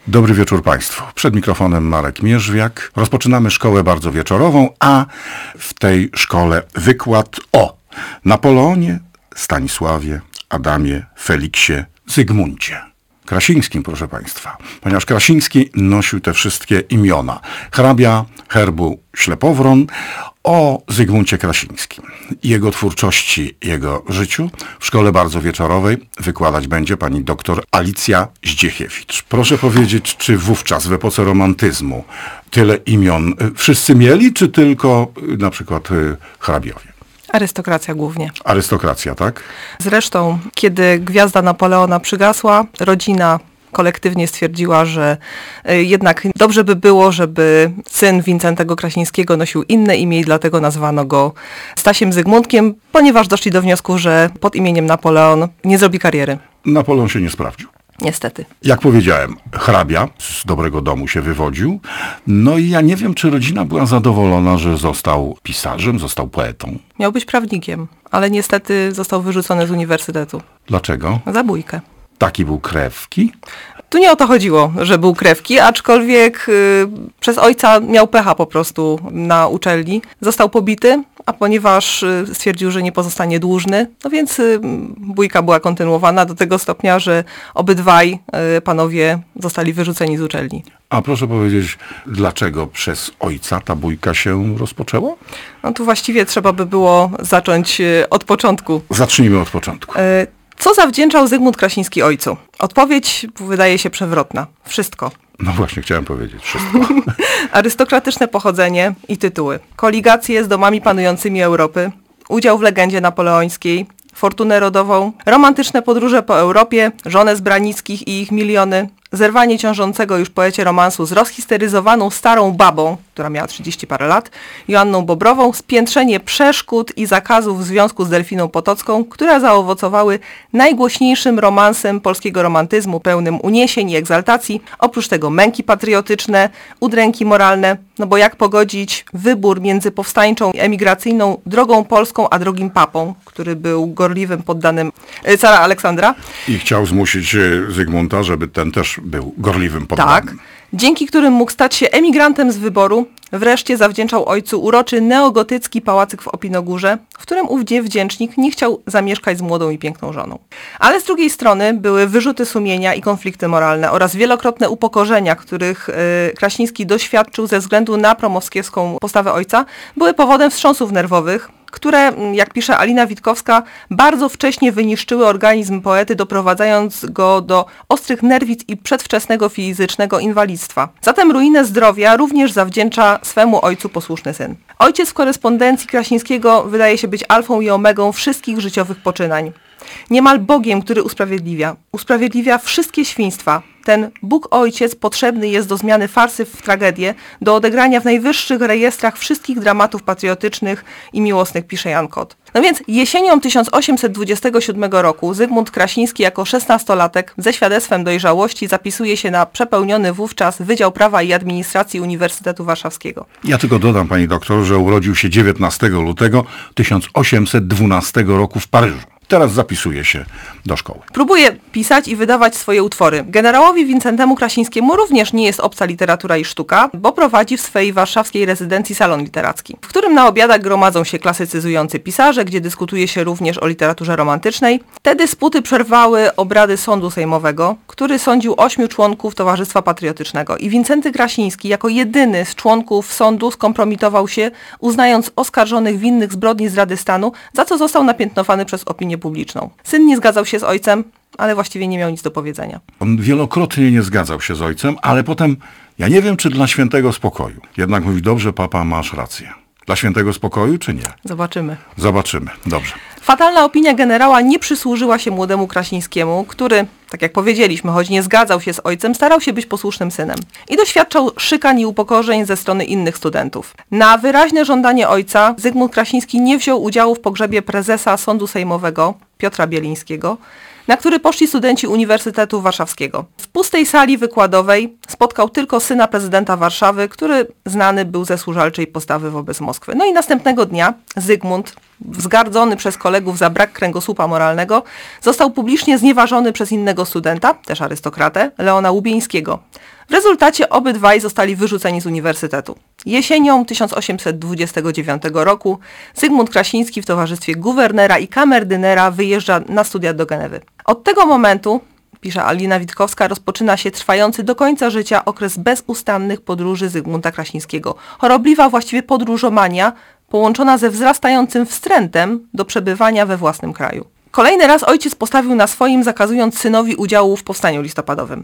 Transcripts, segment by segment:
Dobry wieczór Państwu. Przed mikrofonem Marek Mierzwiak. Rozpoczynamy szkołę bardzo wieczorową, a w tej szkole wykład o Napoleonie, Stanisławie, Adamie, Feliksie, Zygmuncie Krasińskim, proszę Państwa. Ponieważ Krasiński nosił te wszystkie imiona. Hrabia herbu Ślepowron, o Zygmuncie Krasińskim, jego twórczości, jego życiu w szkole bardzo wieczorowej wykładać będzie pani doktor Alicja Zdziechiewicz. Proszę powiedzieć, czy wówczas w epoce romantyzmu tyle imion wszyscy mieli, czy tylko na przykład hrabiowie? Arystokracja głównie. Arystokracja, tak? Zresztą, kiedy gwiazda Napoleona przygasła, rodzina kolektywnie stwierdziła, że jednak dobrze by było, żeby syn Wincentego Krasińskiego nosił inne imię i dlatego nazwano go Stasiem Zygmuntkiem, ponieważ doszli do wniosku, że pod imieniem Napoleon nie zrobi kariery. Napoleon się nie sprawdził. Niestety. Jak powiedziałem, hrabia z dobrego domu się wywodził. No i ja nie wiem, czy rodzina była zadowolona, że został pisarzem, został poetą. Miał być prawnikiem, ale niestety został wyrzucony z uniwersytetu. Dlaczego? Za bójkę. Taki był krewki? Tu nie o to chodziło, że był krewki, aczkolwiek przez ojca miał pecha po prostu na uczelni. Został pobity, a ponieważ stwierdził, że nie pozostanie dłużny, no więc bójka była kontynuowana do tego stopnia, że obydwaj panowie zostali wyrzuceni z uczelni. A proszę powiedzieć, dlaczego przez ojca ta bójka się rozpoczęła? No tu właściwie trzeba by było zacząć od początku. Zacznijmy od początku. Co zawdzięczał Zygmunt Krasiński ojcu? Odpowiedź wydaje się przewrotna. Wszystko. No właśnie, chciałem powiedzieć wszystko. Arystokratyczne pochodzenie i tytuły. Koligacje z domami panującymi Europy. Udział w legendzie napoleońskiej. Fortunę rodową. Romantyczne podróże po Europie. Żonę z Branickich i ich miliony. Zerwanie ciążącego już poecie romansu z rozhisteryzowaną starą babą, która miała 30 parę lat, Joanną Bobrową, spiętrzenie przeszkód i zakazów w związku z Delfiną Potocką, które zaowocowały najgłośniejszym romansem polskiego romantyzmu, pełnym uniesień i egzaltacji, oprócz tego męki patriotyczne, udręki moralne, no bo jak pogodzić wybór między powstańczą i emigracyjną drogą polską, a drogim papą, który był gorliwym poddanym cara Aleksandra. I chciał zmusić Zygmunta, żeby ten też był gorliwym poddanym. Tak, dzięki którym mógł stać się emigrantem z wyboru. Wreszcie zawdzięczał ojcu uroczy neogotycki pałacyk w Opinogórze, w którym ów wdzięcznik nie chciał zamieszkać z młodą i piękną żoną. Ale z drugiej strony były wyrzuty sumienia i konflikty moralne oraz wielokrotne upokorzenia, których Krasiński doświadczył ze względu na promoskiewską postawę ojca, były powodem wstrząsów nerwowych, które, jak pisze Alina Witkowska, bardzo wcześnie wyniszczyły organizm poety, doprowadzając go do ostrych nerwic i przedwczesnego fizycznego inwalidztwa. Zatem ruinę zdrowia również zawdzięcza swemu ojcu posłuszny syn. Ojciec w korespondencji Krasińskiego wydaje się być alfą i omegą wszystkich życiowych poczynań. Niemal Bogiem, który usprawiedliwia wszystkie świństwa. Ten Bóg Ojciec potrzebny jest do zmiany farsy w tragedię, do odegrania w najwyższych rejestrach wszystkich dramatów patriotycznych i miłosnych, pisze Jan Kot. No więc jesienią 1827 roku Zygmunt Krasiński jako 16-latek ze świadectwem dojrzałości zapisuje się na przepełniony wówczas Wydział Prawa i Administracji Uniwersytetu Warszawskiego. Ja tylko dodam, pani doktor, że urodził się 19 lutego 1812 roku w Paryżu. Teraz zapisuje się do szkoły. Próbuje pisać i wydawać swoje utwory. Generałowi Wincentemu Krasińskiemu również nie jest obca literatura i sztuka, bo prowadzi w swej warszawskiej rezydencji salon literacki, w którym na obiadach gromadzą się klasycyzujący pisarze, gdzie dyskutuje się również o literaturze romantycznej. Te dysputy przerwały obrady sądu sejmowego, który sądził 8 członków Towarzystwa Patriotycznego i Wincenty Krasiński jako jedyny z członków sądu skompromitował się, uznając oskarżonych winnych zbrodni zdrady stanu, za co został napiętnowany przez opinię publiczną. Syn nie zgadzał się z ojcem, ale właściwie nie miał nic do powiedzenia. On wielokrotnie nie zgadzał się z ojcem, ale potem, ja nie wiem, czy dla świętego spokoju. Jednak mówi, dobrze, papa, masz rację. Dla świętego spokoju, czy nie? Zobaczymy. Zobaczymy. Dobrze. Fatalna opinia generała nie przysłużyła się młodemu Krasińskiemu, który, tak jak powiedzieliśmy, choć nie zgadzał się z ojcem, starał się być posłusznym synem i doświadczał szykan i upokorzeń ze strony innych studentów. Na wyraźne żądanie ojca Zygmunt Krasiński nie wziął udziału w pogrzebie prezesa Sądu Sejmowego Piotra Bielińskiego, na który poszli studenci Uniwersytetu Warszawskiego. W pustej sali wykładowej spotkał tylko syna prezydenta Warszawy, który znany był ze służalczej postawy wobec Moskwy. No i następnego dnia Zygmunt, wzgardzony przez kolegów za brak kręgosłupa moralnego, został publicznie znieważony przez innego studenta, też arystokratę, Leona Łubieńskiego. W rezultacie obydwaj zostali wyrzuceni z uniwersytetu. Jesienią 1829 roku Zygmunt Krasiński w towarzystwie guwernera i kamerdynera wyjeżdża na studia do Genewy. Od tego momentu, pisze Alina Witkowska, rozpoczyna się trwający do końca życia okres bezustannych podróży Zygmunta Krasińskiego. Chorobliwa właściwie podróżomania, połączona ze wzrastającym wstrętem do przebywania we własnym kraju. Kolejny raz ojciec postawił na swoim, zakazując synowi udziału w powstaniu listopadowym.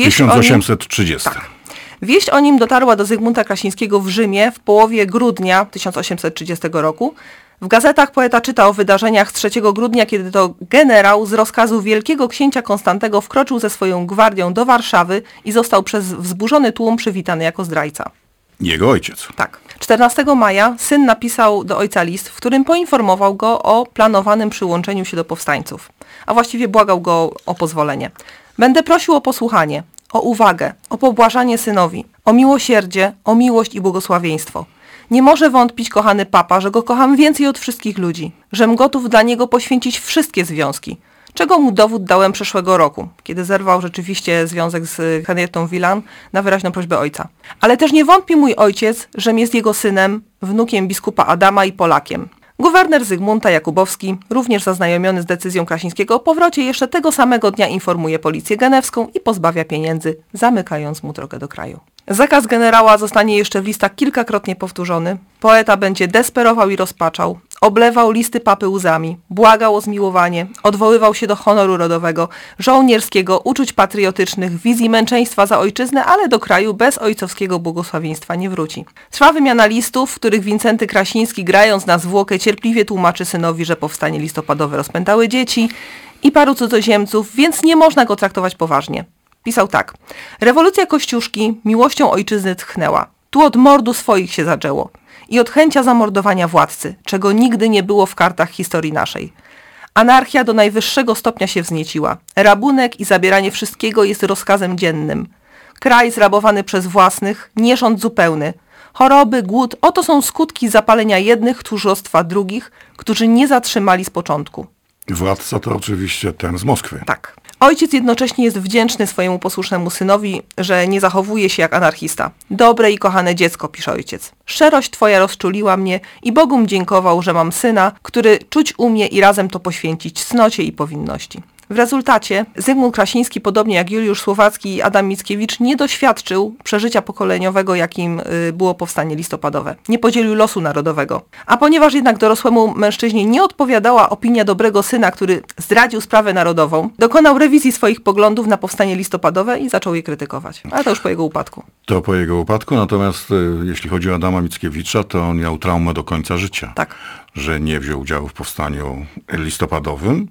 1830. Wieść o nim dotarła do Zygmunta Krasińskiego w Rzymie w połowie grudnia 1830 roku. W gazetach poeta czyta o wydarzeniach z 3 grudnia, kiedy to generał z rozkazu wielkiego księcia Konstantego wkroczył ze swoją gwardią do Warszawy i został przez wzburzony tłum przywitany jako zdrajca. Jego ojciec. Tak. 14 maja syn napisał do ojca list, w którym poinformował go o planowanym przyłączeniu się do powstańców, a właściwie błagał go o pozwolenie. Będę prosił o posłuchanie, o uwagę, o pobłażanie synowi, o miłosierdzie, o miłość i błogosławieństwo. Nie może wątpić kochany papa, że go kocham więcej od wszystkich ludzi, żem gotów dla niego poświęcić wszystkie związki, czego mu dowód dałem przeszłego roku, kiedy zerwał rzeczywiście związek z Henrietą Wieland na wyraźną prośbę ojca. Ale też nie wątpi mój ojciec, żem jest jego synem, wnukiem biskupa Adama i Polakiem. Guwerner Zygmunta Jakubowski, również zaznajomiony z decyzją Krasińskiego o powrocie, jeszcze tego samego dnia informuje policję genewską i pozbawia pieniędzy, zamykając mu drogę do kraju. Zakaz generała zostanie jeszcze w listach kilkakrotnie powtórzony. Poeta będzie desperował i rozpaczał, oblewał listy papy łzami, błagał o zmiłowanie, odwoływał się do honoru rodowego, żołnierskiego, uczuć patriotycznych, wizji męczeństwa za ojczyznę, ale do kraju bez ojcowskiego błogosławieństwa nie wróci. Trwa wymiana listów, w których Wincenty Krasiński, grając na zwłokę, cierpliwie tłumaczy synowi, że powstanie listopadowe rozpętały dzieci i paru cudzoziemców, więc nie można go traktować poważnie. Pisał tak. Rewolucja Kościuszki miłością ojczyzny tchnęła. Tu od mordu swoich się zaczęło. I od chęcia zamordowania władcy, czego nigdy nie było w kartach historii naszej. Anarchia do najwyższego stopnia się wznieciła. Rabunek i zabieranie wszystkiego jest rozkazem dziennym. Kraj zrabowany przez własnych, nierząd zupełny. Choroby, głód, oto są skutki zapalenia jednych, tchórzostwa drugich, którzy nie zatrzymali z początku. Władca to oczywiście ten z Moskwy. Tak. Ojciec jednocześnie jest wdzięczny swojemu posłusznemu synowi, że nie zachowuje się jak anarchista. Dobre i kochane dziecko, pisze ojciec. Szczerość twoja rozczuliła mnie i Bogum dziękował, że mam syna, który czuć umie i razem to poświęcić cnocie i powinności. W rezultacie Zygmunt Krasiński, podobnie jak Juliusz Słowacki i Adam Mickiewicz, nie doświadczył przeżycia pokoleniowego, jakim było powstanie listopadowe. Nie podzielił losu narodowego. A ponieważ jednak dorosłemu mężczyźnie nie odpowiadała opinia dobrego syna, który zdradził sprawę narodową, dokonał rewizji swoich poglądów na powstanie listopadowe i zaczął je krytykować. Ale to już po jego upadku. To po jego upadku, natomiast jeśli chodzi o Adama Mickiewicza, to on miał traumę do końca życia. Tak. Że nie wziął udziału w powstaniu listopadowym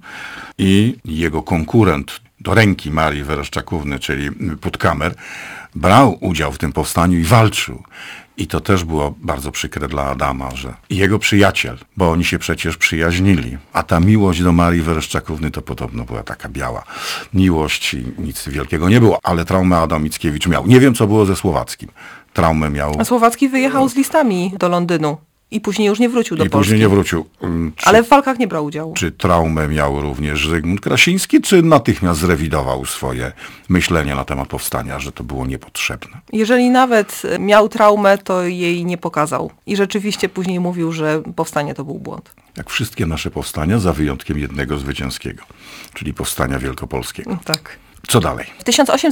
i jego konkurent do ręki Marii Wereszczakówny, czyli Puttkamer, brał udział w tym powstaniu i walczył. I to też było bardzo przykre dla Adama, że jego przyjaciel, bo oni się przecież przyjaźnili, a ta miłość do Marii Wereszczakówny to podobno była taka biała miłość i nic wielkiego nie było, ale traumę Adam Mickiewicz miał. Nie wiem, co było ze Słowackim. Traumę miał... A Słowacki wyjechał z listami do Londynu. I później już nie wrócił do Polski. Później nie wrócił. Ale w walkach nie brał udziału. Czy traumę miał również Zygmunt Krasiński, czy natychmiast zrewidował swoje myślenie na temat powstania, że to było niepotrzebne? Jeżeli nawet miał traumę, to jej nie pokazał. I rzeczywiście później mówił, że powstanie to był błąd. Jak wszystkie nasze powstania, za wyjątkiem jednego zwycięskiego, czyli powstania wielkopolskiego. Tak. Co dalej? W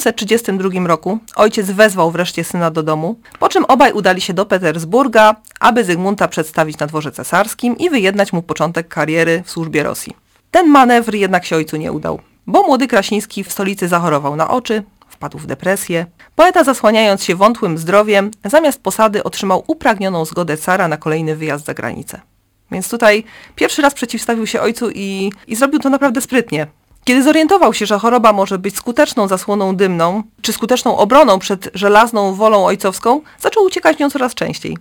1832 roku ojciec wezwał wreszcie syna do domu, po czym obaj udali się do Petersburga, aby Zygmunta przedstawić na dworze cesarskim i wyjednać mu początek kariery w służbie Rosji. Ten manewr jednak się ojcu nie udał, bo młody Krasiński w stolicy zachorował na oczy, wpadł w depresję. Poeta, zasłaniając się wątłym zdrowiem, zamiast posady otrzymał upragnioną zgodę cara na kolejny wyjazd za granicę. Więc tutaj pierwszy raz przeciwstawił się ojcu i zrobił to naprawdę sprytnie. Kiedy zorientował się, że choroba może być skuteczną zasłoną dymną, czy skuteczną obroną przed żelazną wolą ojcowską, zaczął uciekać w nią coraz częściej.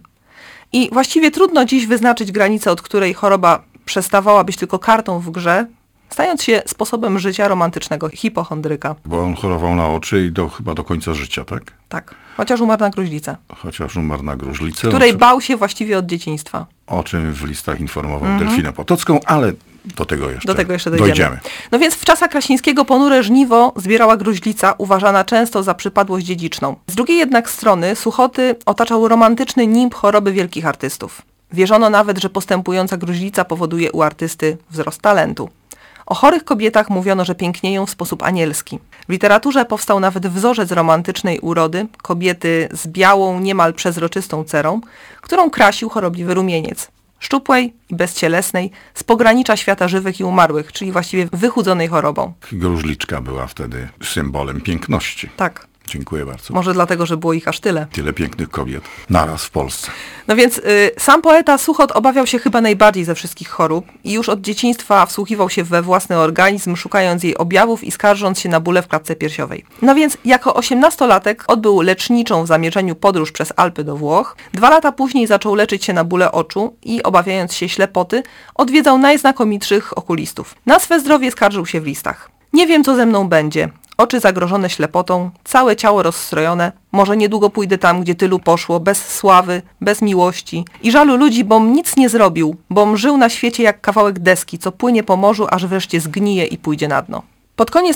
I właściwie trudno dziś wyznaczyć granicę, od której choroba przestawała być tylko kartą w grze, stając się sposobem życia romantycznego hipochondryka. Bo on chorował na oczy i chyba do końca życia, tak? Tak, chociaż umarł na gruźlicę. Chociaż umarł na gruźlicę. Której bał się właściwie od dzieciństwa. O czym w listach informował Delfinę Potocką, ale Do tego jeszcze dojdziemy. No więc w czasach Krasińskiego ponure żniwo zbierała gruźlica, uważana często za przypadłość dziedziczną. Z drugiej jednak strony Suchoty otaczał romantyczny nimb choroby wielkich artystów. Wierzono nawet, że postępująca gruźlica powoduje u artysty wzrost talentu. O chorych kobietach mówiono, że pięknieją w sposób anielski. W literaturze powstał nawet wzorzec romantycznej urody, kobiety z białą, niemal przezroczystą cerą, którą krasił chorobliwy rumieniec. Szczupłej i bezcielesnej, z pogranicza świata żywych i umarłych, czyli właściwie wychudzonej chorobą. Gruźliczka była wtedy symbolem piękności. Tak. Dziękuję bardzo. Może dlatego, że było ich aż tyle. Tyle pięknych kobiet naraz w Polsce. No więc sam poeta Suchot obawiał się chyba najbardziej ze wszystkich chorób i już od dzieciństwa wsłuchiwał się we własny organizm, szukając jej objawów i skarżąc się na bóle w klatce piersiowej. No więc jako 18-latek odbył leczniczą w zamierzeniu podróż przez Alpy do Włoch. 2 lata później zaczął leczyć się na bóle oczu i obawiając się ślepoty, odwiedzał najznakomitszych okulistów. Na swe zdrowie skarżył się w listach. Nie wiem, co ze mną będzie. Oczy zagrożone ślepotą, całe ciało rozstrojone. Może niedługo pójdę tam, gdzie tylu poszło, bez sławy, bez miłości. I żalu ludzi, bom nic nie zrobił, bom żył na świecie jak kawałek deski, co płynie po morzu, aż wreszcie zgnije i pójdzie na dno. Pod koniec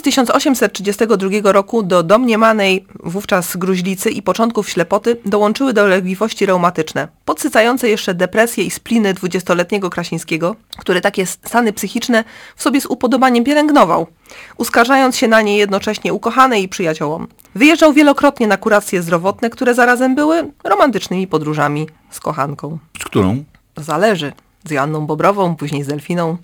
1832 roku do domniemanej wówczas gruźlicy i początków ślepoty dołączyły dolegliwości reumatyczne, podsycające jeszcze depresję i spliny 20-letniego Krasińskiego, który takie stany psychiczne w sobie z upodobaniem pielęgnował, uskarżając się na nie jednocześnie ukochanej i przyjaciołom. Wyjeżdżał wielokrotnie na kuracje zdrowotne, które zarazem były romantycznymi podróżami z kochanką. Z którą? Zależy. Z Joanną Bobrową, później z Delfiną.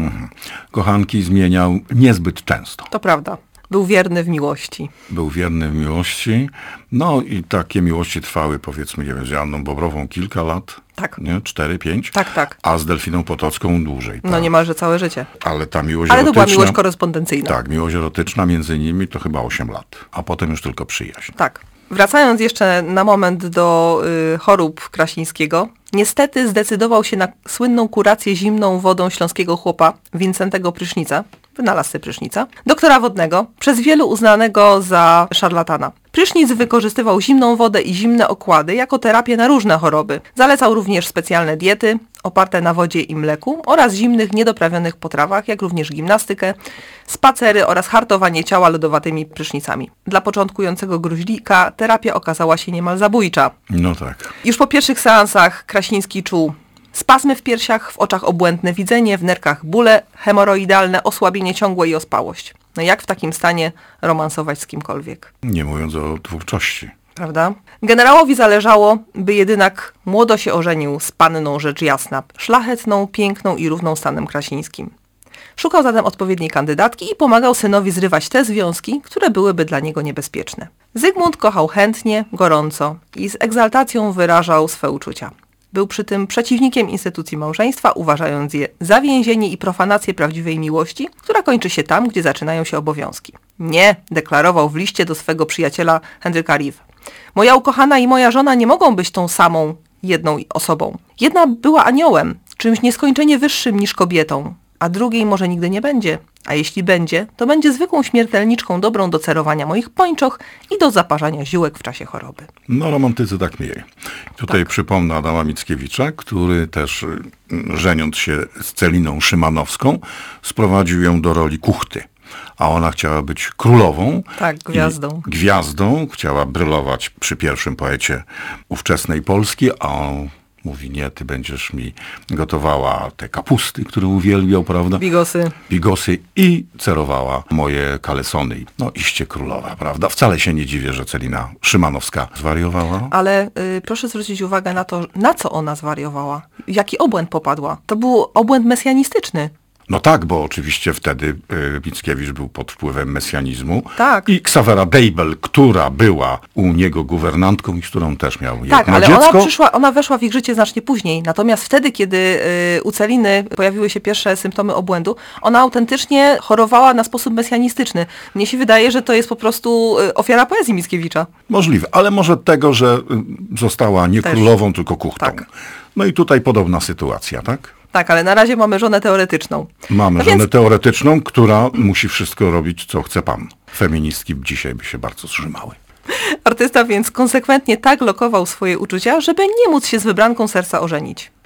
Kochanki zmieniał niezbyt często. To prawda. Był wierny w miłości. Był wierny w miłości. No i takie miłości trwały, powiedzmy, nie wiem, z Joanną Bobrową kilka lat. Tak. Nie? 4, 5. Tak. A z Delfiną Potocką dłużej. No tak. niemalże całe życie. Ale ta miłość Ale to erotyczna... była miłość korespondencyjna. Tak, miłość erotyczna między nimi to chyba 8 lat. A potem już tylko przyjaźń. Tak. Wracając jeszcze na moment do chorób Krasińskiego, niestety zdecydował się na słynną kurację zimną wodą śląskiego chłopa Wincentego Prysznica, wynalazcy prysznica, doktora wodnego, przez wielu uznanego za szarlatana. Prysznic wykorzystywał zimną wodę i zimne okłady jako terapię na różne choroby. Zalecał również specjalne diety oparte na wodzie i mleku oraz zimnych, niedoprawionych potrawach, jak również gimnastykę, spacery oraz hartowanie ciała lodowatymi prysznicami. Dla początkującego gruźlika terapia okazała się niemal zabójcza. No tak. Już po pierwszych seansach Krasiński czuł spazmy w piersiach, w oczach obłędne widzenie, w nerkach bóle hemoroidalne, osłabienie ciągłe i ospałość. No jak w takim stanie romansować z kimkolwiek? Nie mówiąc o twórczości. Prawda? Generałowi zależało, by jednak młodo się ożenił z panną rzecz jasna, szlachetną, piękną i równą stanem Krasińskim. Szukał zatem odpowiedniej kandydatki i pomagał synowi zrywać te związki, które byłyby dla niego niebezpieczne. Zygmunt kochał chętnie, gorąco i z egzaltacją wyrażał swe uczucia. Był przy tym przeciwnikiem instytucji małżeństwa, uważając je za więzienie i profanację prawdziwej miłości, która kończy się tam, gdzie zaczynają się obowiązki. Nie, deklarował w liście do swego przyjaciela Henryka Rive. Moja ukochana i moja żona nie mogą być tą samą, jedną osobą. Jedna była aniołem, czymś nieskończenie wyższym niż kobietą, a drugiej może nigdy nie będzie. A jeśli będzie, to będzie zwykłą śmiertelniczką dobrą do cerowania moich pończoch i do zaparzania ziółek w czasie choroby. No romantycy tak mieli. Tutaj przypomnę Adama Mickiewicza, który też żeniąc się z Celiną Szymanowską sprowadził ją do roli kuchty. A ona chciała być królową. Tak, gwiazdą. Gwiazdą. Chciała brylować przy pierwszym poecie ówczesnej Polski, a on mówi, nie, ty będziesz mi gotowała te kapusty, które uwielbiał, prawda? Bigosy i cerowała moje kalesony. No iście królowa, prawda? Wcale się nie dziwię, że Celina Szymanowska zwariowała. Ale proszę zwrócić uwagę na to, na co ona zwariowała. Jaki obłęd popadła. To był obłęd mesjanistyczny. No tak, bo oczywiście wtedy Mickiewicz był pod wpływem mesjanizmu. Tak. I Ksawera Deibel, która była u niego guwernantką i z którą też miał jedno tak, ale dziecko. Ona weszła w ich życie znacznie później. Natomiast wtedy, kiedy u Celiny pojawiły się pierwsze symptomy obłędu, ona autentycznie chorowała na sposób mesjanistyczny. Mnie się wydaje, że to jest po prostu ofiara poezji Mickiewicza. Możliwe, ale może tego, że została nie też królową, tylko kuchtą. Tak. No i tutaj podobna sytuacja, tak? Tak, ale na razie mamy żonę teoretyczną. Mamy żonę teoretyczną, która musi wszystko robić, co chce pan. Feministki dzisiaj by się bardzo zrzymały. Artysta więc konsekwentnie tak lokował swoje uczucia, żeby nie móc się z wybranką serca ożenić.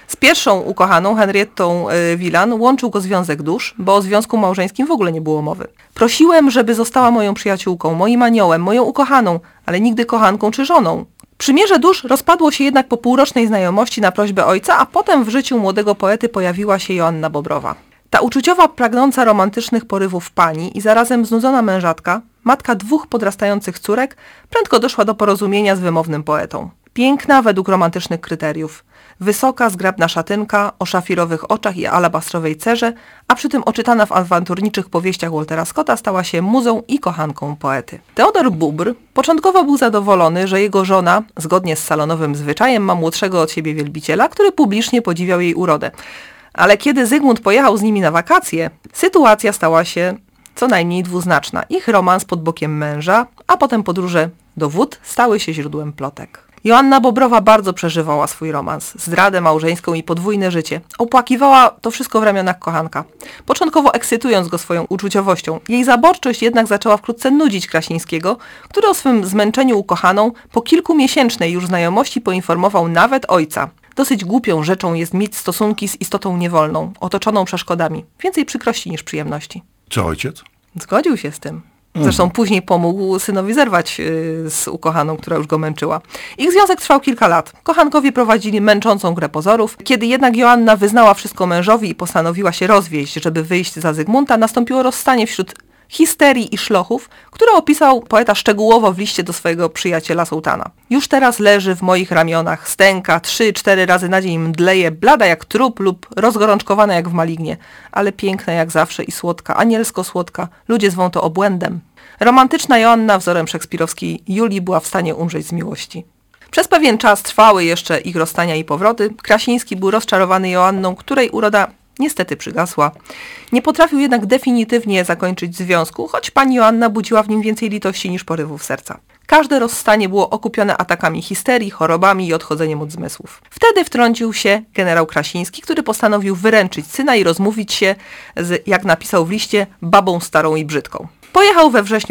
Z pierwszą ukochaną, Henriettą Wieland, łączył go związek dusz, bo o związku małżeńskim w ogóle nie było mowy. Prosiłem, żeby została moją przyjaciółką, moim aniołem, moją ukochaną, ale nigdy kochanką czy żoną. Przymierze dusz rozpadło się jednak po półrocznej znajomości na prośbę ojca, a potem w życiu młodego poety pojawiła się Joanna Bobrowa. Ta uczuciowa, pragnąca romantycznych porywów pani i zarazem znudzona mężatka, matka 2 podrastających córek, prędko doszła do porozumienia z wymownym poetą. Piękna według romantycznych kryteriów. Wysoka, zgrabna szatynka o szafirowych oczach i alabastrowej cerze, a przy tym oczytana w awanturniczych powieściach Waltera Scotta stała się muzą i kochanką poety. Teodor Bóbr początkowo był zadowolony, że jego żona, zgodnie z salonowym zwyczajem, ma młodszego od siebie wielbiciela, który publicznie podziwiał jej urodę. Ale kiedy Zygmunt pojechał z nimi na wakacje, sytuacja stała się co najmniej dwuznaczna. Ich romans pod bokiem męża, a potem podróże do wód stały się źródłem plotek. Joanna Bobrowa bardzo przeżywała swój romans, zdradę małżeńską i podwójne życie. Opłakiwała to wszystko w ramionach kochanka, początkowo ekscytując go swoją uczuciowością. Jej zaborczość jednak zaczęła wkrótce nudzić Krasińskiego, który o swym zmęczeniu ukochaną po kilkumiesięcznej już znajomości poinformował nawet ojca. Dosyć głupią rzeczą jest mieć stosunki z istotą niewolną, otoczoną przeszkodami. Więcej przykrości niż przyjemności. Co ojciec? Zgodził się z tym. Zresztą później pomógł synowi zerwać z ukochaną, która już go męczyła. Ich związek trwał kilka lat. Kochankowie prowadzili męczącą grę pozorów. Kiedy jednak Joanna wyznała wszystko mężowi i postanowiła się rozwieść, żeby wyjść za Zygmunta, nastąpiło rozstanie wśród histerii i szlochów, które opisał poeta szczegółowo w liście do swojego przyjaciela sułtana. Już teraz leży w moich ramionach, stęka, 3-4 razy na dzień mdleje, blada jak trup lub rozgorączkowana jak w malignie, ale piękna jak zawsze i słodka, anielsko słodka, ludzie zwą to obłędem. Romantyczna Joanna wzorem szekspirowskiej Julii była w stanie umrzeć z miłości. Przez pewien czas trwały jeszcze ich rozstania i powroty. Krasiński był rozczarowany Joanną, której uroda niestety przygasła. Nie potrafił jednak definitywnie zakończyć związku, choć pani Joanna budziła w nim więcej litości niż porywów serca. Każde rozstanie było okupione atakami histerii, chorobami i odchodzeniem od zmysłów. Wtedy wtrącił się generał Krasiński, który postanowił wyręczyć syna i rozmówić się z, jak napisał w liście, babą starą i brzydką. Pojechał we wrześniu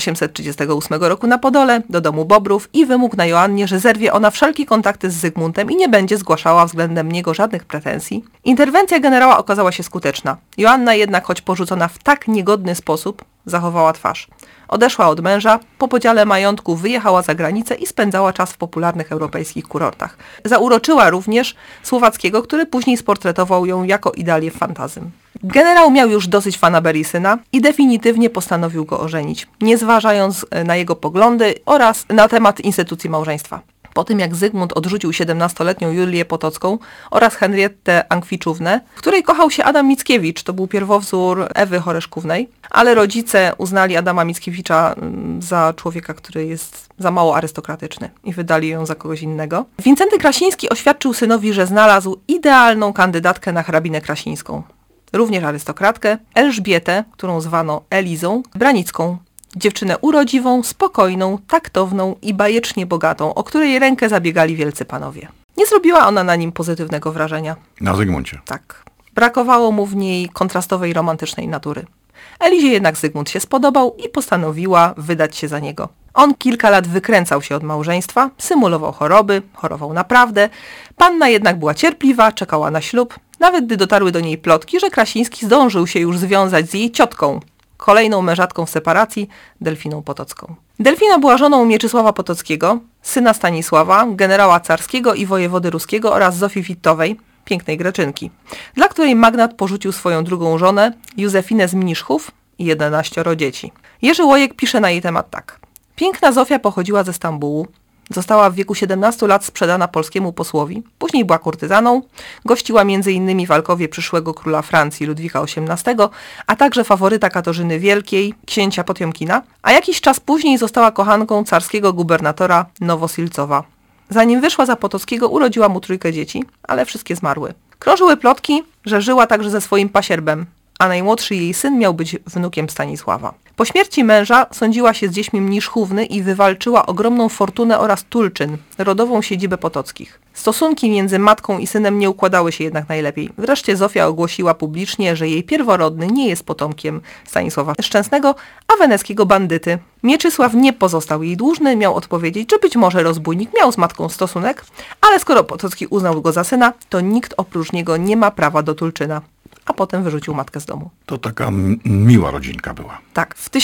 1838 roku na Podole, do domu Bobrów i wymógł na Joannie, że zerwie ona wszelkie kontakty z Zygmuntem i nie będzie zgłaszała względem niego żadnych pretensji. Interwencja generała okazała się skuteczna. Joanna jednak, choć porzucona w tak niegodny sposób, zachowała twarz. Odeszła od męża, po podziale majątku wyjechała za granicę i spędzała czas w popularnych europejskich kurortach. Zauroczyła również Słowackiego, który później sportretował ją jako Idalię w Fantazym. Generał miał już dosyć fanaberii syna i definitywnie postanowił go ożenić, nie zważając na jego poglądy oraz na temat instytucji małżeństwa. Po tym jak Zygmunt odrzucił 17-letnią Julię Potocką oraz Henriettę Ankwiczównę, w której kochał się Adam Mickiewicz, to był pierwowzór Ewy Horeszkównej, ale rodzice uznali Adama Mickiewicza za człowieka, który jest za mało arystokratyczny i wydali ją za kogoś innego. Wincenty Krasiński oświadczył synowi, że znalazł idealną kandydatkę na hrabinę krasińską. Również arystokratkę, Elżbietę, którą zwano Elizą, Branicką. Dziewczynę urodziwą, spokojną, taktowną i bajecznie bogatą, o której rękę zabiegali wielcy panowie. Nie zrobiła ona na nim pozytywnego wrażenia. Na Zygmuncie. Tak. Brakowało mu w niej kontrastowej, romantycznej natury. Elizie jednak Zygmunt się spodobał i postanowiła wydać się za niego. On kilka lat wykręcał się od małżeństwa, symulował choroby, chorował naprawdę. Panna jednak była cierpliwa, czekała na ślub, nawet gdy dotarły do niej plotki, że Krasiński zdążył się już związać z jej ciotką, kolejną mężatką w separacji, Delfiną Potocką. Delfina była żoną Mieczysława Potockiego, syna Stanisława, generała carskiego i wojewody ruskiego oraz Zofii Wittowej, pięknej Greczynki, dla której magnat porzucił swoją drugą żonę, Józefinę z Mniszchów i 11 dzieci. Jerzy Łojek pisze na jej temat tak. Piękna Zofia pochodziła ze Stambułu, została w wieku 17 lat sprzedana polskiemu posłowi, później była kurtyzaną, gościła m.in. w Alkowie przyszłego króla Francji Ludwika XVIII, a także faworyta Katarzyny Wielkiej, księcia Potiomkina, a jakiś czas później została kochanką carskiego gubernatora Nowosilcowa. Zanim wyszła za Potockiego, urodziła mu 3 dzieci, ale wszystkie zmarły. Krążyły plotki, że żyła także ze swoim pasierbem, a najmłodszy jej syn miał być wnukiem Stanisława. Po śmierci męża sądziła się z dziećmi Mniszchówny i wywalczyła ogromną fortunę oraz Tulczyn, rodową siedzibę Potockich. Stosunki między matką i synem nie układały się jednak najlepiej. Wreszcie Zofia ogłosiła publicznie, że jej pierworodny nie jest potomkiem Stanisława Szczęsnego, a weneckiego bandyty. Mieczysław nie pozostał jej dłużny, miał odpowiedzieć, że być może rozbójnik miał z matką stosunek, ale skoro Potocki uznał go za syna, to nikt oprócz niego nie ma prawa do Tulczyna. A potem wyrzucił matkę z domu. To taka miła rodzinka była. Tak. W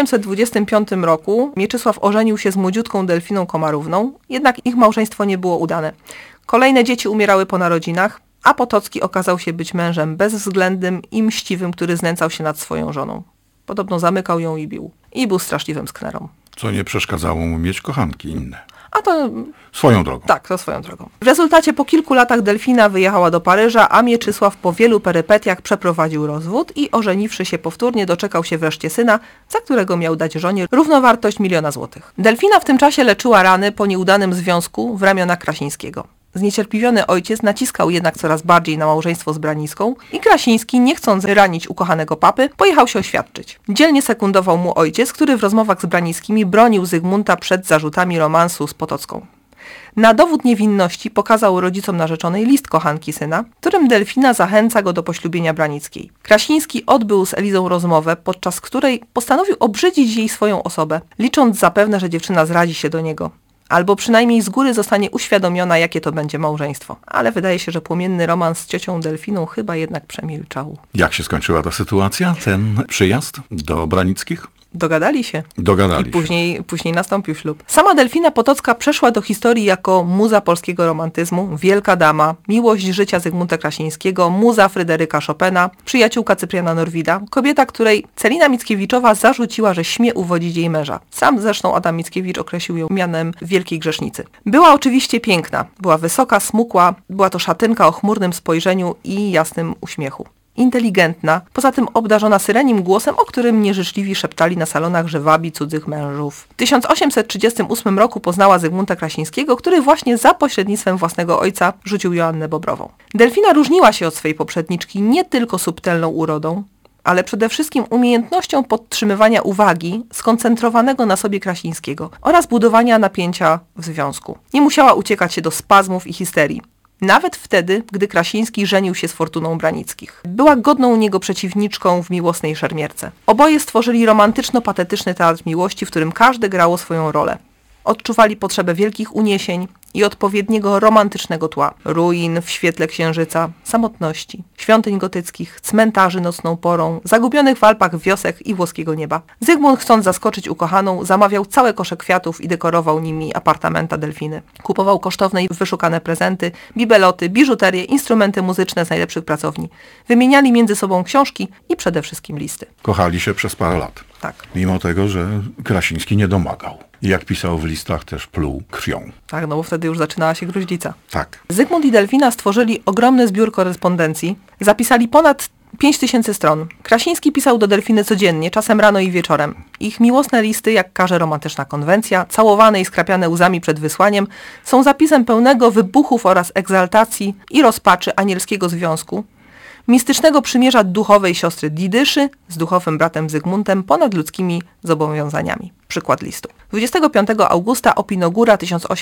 1825 roku Mieczysław ożenił się z młodziutką Delfiną Komarówną, jednak ich małżeństwo nie było udane. Kolejne dzieci umierały po narodzinach, a Potocki okazał się być mężem bezwzględnym i mściwym, który znęcał się nad swoją żoną. Podobno zamykał ją i bił. I był straszliwym sknerą. Co nie przeszkadzało mu mieć kochanki inne. A to... Swoją drogą. Tak, to swoją drogą. W rezultacie po kilku latach Delfina wyjechała do Paryża, a Mieczysław po wielu perypetiach przeprowadził rozwód i ożeniwszy się powtórnie doczekał się wreszcie syna, za którego miał dać żonie równowartość 1 000 000 złotych. Delfina w tym czasie leczyła rany po nieudanym związku w ramionach Krasińskiego. Zniecierpliwiony ojciec naciskał jednak coraz bardziej na małżeństwo z Braniską i Krasiński, nie chcąc ranić ukochanego papy, pojechał się oświadczyć. Dzielnie sekundował mu ojciec, który w rozmowach z Braniskimi bronił Zygmunta przed zarzutami romansu z Potocką. Na dowód niewinności pokazał rodzicom narzeczonej list kochanki syna, którym Delfina zachęca go do poślubienia Branickiej. Krasiński odbył z Elizą rozmowę, podczas której postanowił obrzydzić jej swoją osobę, licząc zapewne, że dziewczyna zradzi się do niego. Albo przynajmniej z góry zostanie uświadomiona, jakie to będzie małżeństwo. Ale wydaje się, że płomienny romans z ciocią Delfiną chyba jednak przemilczał. Jak się skończyła ta sytuacja, ten przyjazd do Branickich? Dogadali się. Dogadali I później nastąpił ślub. Sama Delfina Potocka przeszła do historii jako muza polskiego romantyzmu, wielka dama, miłość życia Zygmunta Krasińskiego, muza Fryderyka Chopina, przyjaciółka Cypriana Norwida, kobieta, której Celina Mickiewiczowa zarzuciła, że śmie uwodzić jej męża. Sam zresztą Adam Mickiewicz określił ją mianem wielkiej grzesznicy. Była oczywiście piękna, była wysoka, smukła, była to szatynka o chmurnym spojrzeniu i jasnym uśmiechu. Inteligentna, poza tym obdarzona syrenim głosem, o którym nieżyczliwi szeptali na salonach, że wabi cudzych mężów. W 1838 roku poznała Zygmunta Krasińskiego, który właśnie za pośrednictwem własnego ojca rzucił Joannę Bobrową. Delfina różniła się od swojej poprzedniczki nie tylko subtelną urodą, ale przede wszystkim umiejętnością podtrzymywania uwagi skoncentrowanego na sobie Krasińskiego oraz budowania napięcia w związku. Nie musiała uciekać się do spazmów i histerii. Nawet wtedy, gdy Krasiński żenił się z Fortuną Branickich. Była godną niego przeciwniczką w miłosnej szermierce. Oboje stworzyli romantyczno-patetyczny teatr miłości, w którym każde grało swoją rolę. Odczuwali potrzebę wielkich uniesień i odpowiedniego romantycznego tła. Ruin w świetle księżyca, samotności, świątyń gotyckich, cmentarzy nocną porą, zagubionych w Alpach wiosek i włoskiego nieba. Zygmunt, chcąc zaskoczyć ukochaną, zamawiał całe kosze kwiatów i dekorował nimi apartamenta Delfiny. Kupował kosztowne i wyszukane prezenty, bibeloty, biżuterię, instrumenty muzyczne z najlepszych pracowni. Wymieniali między sobą książki i przede wszystkim listy. Kochali się przez parę lat. Tak. Mimo tego, że Krasiński nie domagał. I jak pisał w listach, też pluł krwią. Tak, no bo wtedy już zaczynała się gruźlica. Tak. Zygmunt i Delfina stworzyli ogromny zbiór korespondencji. Zapisali ponad 5000 stron. Krasiński pisał do Delfiny codziennie, czasem rano i wieczorem. Ich miłosne listy, jak każe romantyczna konwencja, całowane i skrapiane łzami przed wysłaniem, są zapisem pełnego wybuchów oraz egzaltacji i rozpaczy anielskiego związku, mistycznego przymierza duchowej siostry Didyszy z duchowym bratem Zygmuntem ponad ludzkimi zobowiązaniami. Przykład listu. 25 augusta Opinogóra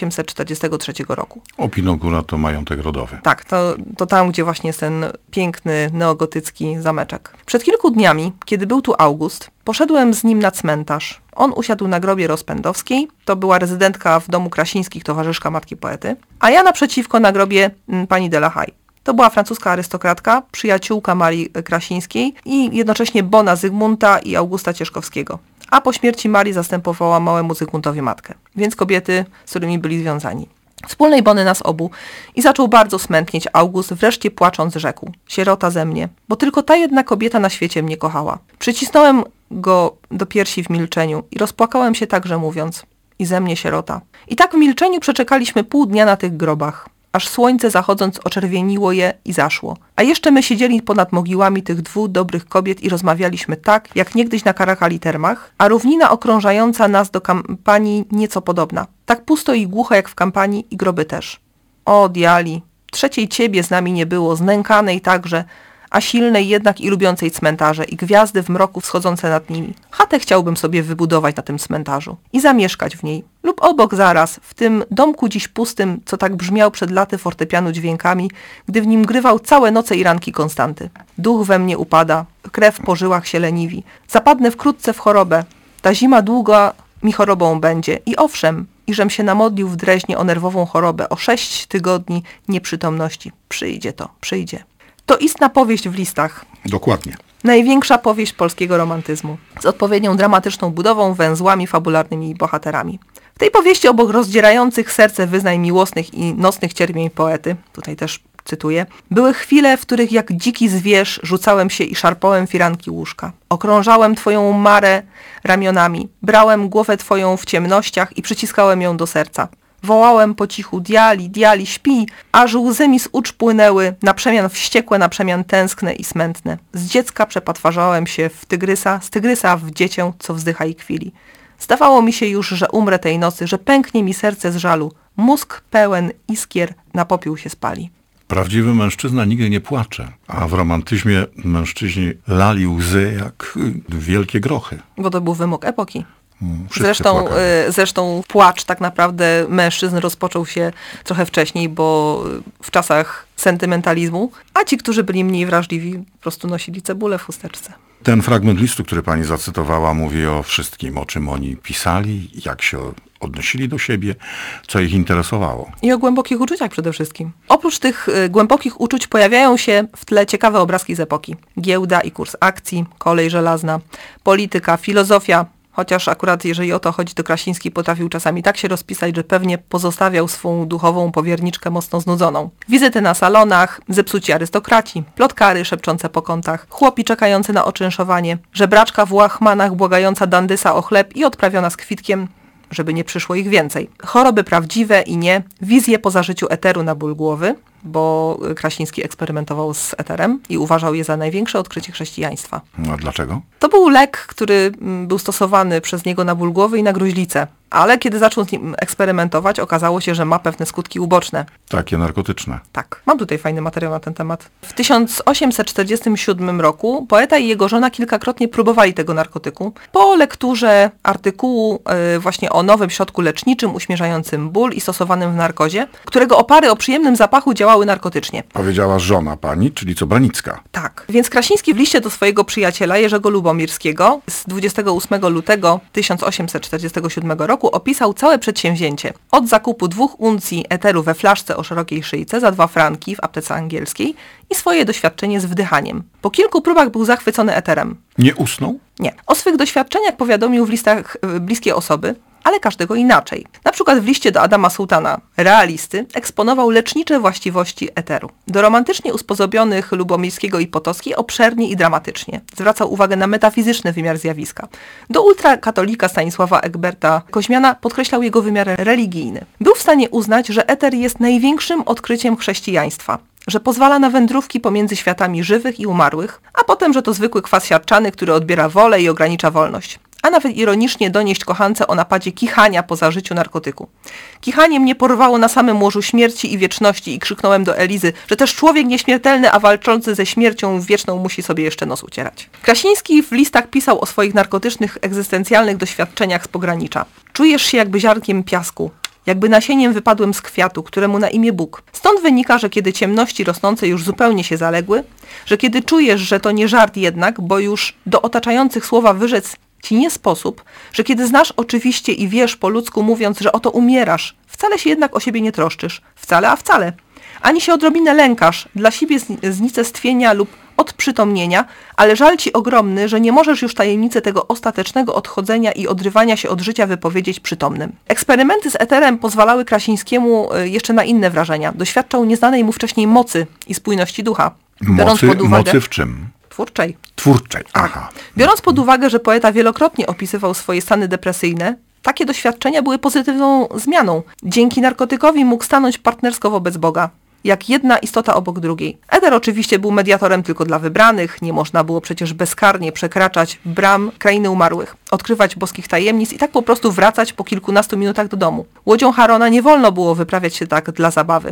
1843 roku. Opinogóra to majątek rodowy. Tak, to tam, gdzie właśnie jest ten piękny, neogotycki zameczek. Przed kilku dniami, kiedy był tu August, poszedłem z nim na cmentarz. On usiadł na grobie Rozpędowskiej, to była rezydentka w domu Krasińskich, towarzyszka matki poety, a ja naprzeciwko na grobie pani de la Haye. To była francuska arystokratka, przyjaciółka Marii Krasińskiej i jednocześnie bona Zygmunta i Augusta Cieszkowskiego. A po śmierci Marii zastępowała małemu Zygmuntowi matkę, więc kobiety, z którymi byli związani. Wspólnej bony nas obu i zaczął bardzo smętnieć August, wreszcie płacząc rzekł: sierota ze mnie, bo tylko ta jedna kobieta na świecie mnie kochała. Przycisnąłem go do piersi w milczeniu i rozpłakałem się także mówiąc: i ze mnie sierota. I tak w milczeniu przeczekaliśmy pół dnia na tych grobach, aż słońce zachodząc oczerwieniło je i zaszło. A jeszcze my siedzieli ponad mogiłami tych dwóch dobrych kobiet i rozmawialiśmy tak, jak niegdyś na Karakali Termach, a równina okrążająca nas do kampanii nieco podobna. Tak pusto i głucho jak w kampanii i groby też. O, diali, trzeciej ciebie z nami nie było, znękanej także, a silnej jednak i lubiącej cmentarze i gwiazdy w mroku wschodzące nad nimi. Chatę chciałbym sobie wybudować na tym cmentarzu i zamieszkać w niej. Lub obok zaraz, w tym domku dziś pustym, co tak brzmiał przed laty fortepianu dźwiękami, gdy w nim grywał całe noce i ranki Konstanty. Duch we mnie upada, krew po żyłach się leniwi. Zapadnę wkrótce w chorobę. Ta zima długa mi chorobą będzie. I owszem, iżem się namodlił w Dreźnie o nerwową chorobę, o 6 tygodni nieprzytomności. Przyjdzie to, przyjdzie. To istna powieść w listach. Dokładnie. Największa powieść polskiego romantyzmu. Z odpowiednią dramatyczną budową, węzłami fabularnymi i bohaterami. W tej powieści obok rozdzierających serce wyznań miłosnych i nocnych cierpień poety, tutaj też cytuję, były chwile, w których jak dziki zwierz rzucałem się i szarpałem firanki łóżka. Okrążałem twoją marę ramionami, brałem głowę twoją w ciemnościach i przyciskałem ją do serca. Wołałem po cichu, diali, diali, śpi, aż łzy mi z ucz płynęły, na przemian wściekłe, na przemian tęskne i smętne. Z dziecka przepatwarzałem się w tygrysa, z tygrysa w dziecię, co wzdycha i kwili. Zdawało mi się już, że umrę tej nocy, że pęknie mi serce z żalu. Mózg pełen iskier na popiół się spali. Prawdziwy mężczyzna nigdy nie płacze, a w romantyzmie mężczyźni lali łzy jak wielkie grochy. Bo to był wymóg epoki. Wszyscy płakali. Zresztą płacz tak naprawdę mężczyzn rozpoczął się trochę wcześniej, bo w czasach sentymentalizmu, a ci, którzy byli mniej wrażliwi, po prostu nosili cebulę w chusteczce. Ten fragment listu, który pani zacytowała, mówi o wszystkim, o czym oni pisali, jak się odnosili do siebie, co ich interesowało. I o głębokich uczuciach przede wszystkim. Oprócz tych głębokich uczuć pojawiają się w tle ciekawe obrazki z epoki. Giełda i kurs akcji, kolej żelazna, polityka, filozofia. Chociaż akurat jeżeli o to chodzi, to Krasiński potrafił czasami tak się rozpisać, że pewnie pozostawiał swą duchową powierniczkę mocno znudzoną. Wizyty na salonach, zepsuci arystokraci, plotkary szepczące po kątach, chłopi czekający na oczynszowanie, żebraczka w łachmanach błagająca dandysa o chleb i odprawiona z kwitkiem, żeby nie przyszło ich więcej. Choroby prawdziwe i nie, wizje po zażyciu eteru na ból głowy, bo Krasiński eksperymentował z eterem i uważał je za największe odkrycie chrześcijaństwa. A dlaczego? To był lek, który był stosowany przez niego na ból głowy i na gruźlicę. Ale kiedy zaczął z nim eksperymentować, okazało się, że ma pewne skutki uboczne. Takie narkotyczne. Tak, mam tutaj fajny materiał na ten temat. W 1847 roku poeta i jego żona kilkakrotnie próbowali tego narkotyku. Po lekturze artykułu właśnie o nowym środku leczniczym uśmierzającym ból i stosowanym w narkozie, którego opary o przyjemnym zapachu działały narkotycznie. Powiedziała żona pani, czyli co, Branicka. Tak. Więc Krasiński w liście do swojego przyjaciela Jerzego Lubomirskiego z 28 lutego 1847 roku opisał całe przedsięwzięcie. Od zakupu 2 uncji eteru we flaszce o szerokiej szyjce za 2 franki w aptece angielskiej i swoje doświadczenie z wdychaniem. Po kilku próbach był zachwycony eterem. Nie usnął? Nie. O swych doświadczeniach powiadomił w listach bliskie osoby, ale każdego inaczej. Na przykład w liście do Adama Sułtana, realisty, eksponował lecznicze właściwości eteru. Do romantycznie usposobionych Lubomirskiego i Potockiej obszernie i dramatycznie. Zwracał uwagę na metafizyczny wymiar zjawiska. Do ultrakatolika Stanisława Egberta Koźmiana podkreślał jego wymiar religijny. Był w stanie uznać, że eter jest największym odkryciem chrześcijaństwa, że pozwala na wędrówki pomiędzy światami żywych i umarłych, a potem, że to zwykły kwas siarczany, który odbiera wolę i ogranicza wolność. A nawet ironicznie donieść kochance o napadzie kichania po zażyciu narkotyku. Kichanie mnie porwało na samym łożu śmierci i wieczności i krzyknąłem do Elizy, że też człowiek nieśmiertelny, a walczący ze śmiercią wieczną musi sobie jeszcze nos ucierać. Krasiński w listach pisał o swoich narkotycznych, egzystencjalnych doświadczeniach z pogranicza. Czujesz się jakby ziarnkiem piasku, jakby nasieniem wypadłym z kwiatu, któremu na imię Bóg. Stąd wynika, że kiedy ciemności rosnące już zupełnie się zaległy, że kiedy czujesz, że to nie żart jednak, bo już do otaczających słowa wyrzec ci nie sposób, że kiedy znasz oczywiście i wiesz po ludzku mówiąc, że oto umierasz, wcale się jednak o siebie nie troszczysz. Wcale, a wcale. Ani się odrobinę lękasz dla siebie z nicestwienia lub odprzytomnienia, ale żal ci ogromny, że nie możesz już tajemnicę tego ostatecznego odchodzenia i odrywania się od życia wypowiedzieć przytomnym. Eksperymenty z eterem pozwalały Krasińskiemu jeszcze na inne wrażenia. Doświadczał nieznanej mu wcześniej mocy i spójności ducha. Mocy w czym? Twórczej. Twórczej, aha. Biorąc pod uwagę, że poeta wielokrotnie opisywał swoje stany depresyjne, takie doświadczenia były pozytywną zmianą. Dzięki narkotykowi mógł stanąć partnersko wobec Boga, jak jedna istota obok drugiej. Eter oczywiście był mediatorem tylko dla wybranych, nie można było przecież bezkarnie przekraczać bram krainy umarłych, odkrywać boskich tajemnic i tak po prostu wracać po kilkunastu minutach do domu. Łodzią Harona nie wolno było wyprawiać się tak dla zabawy.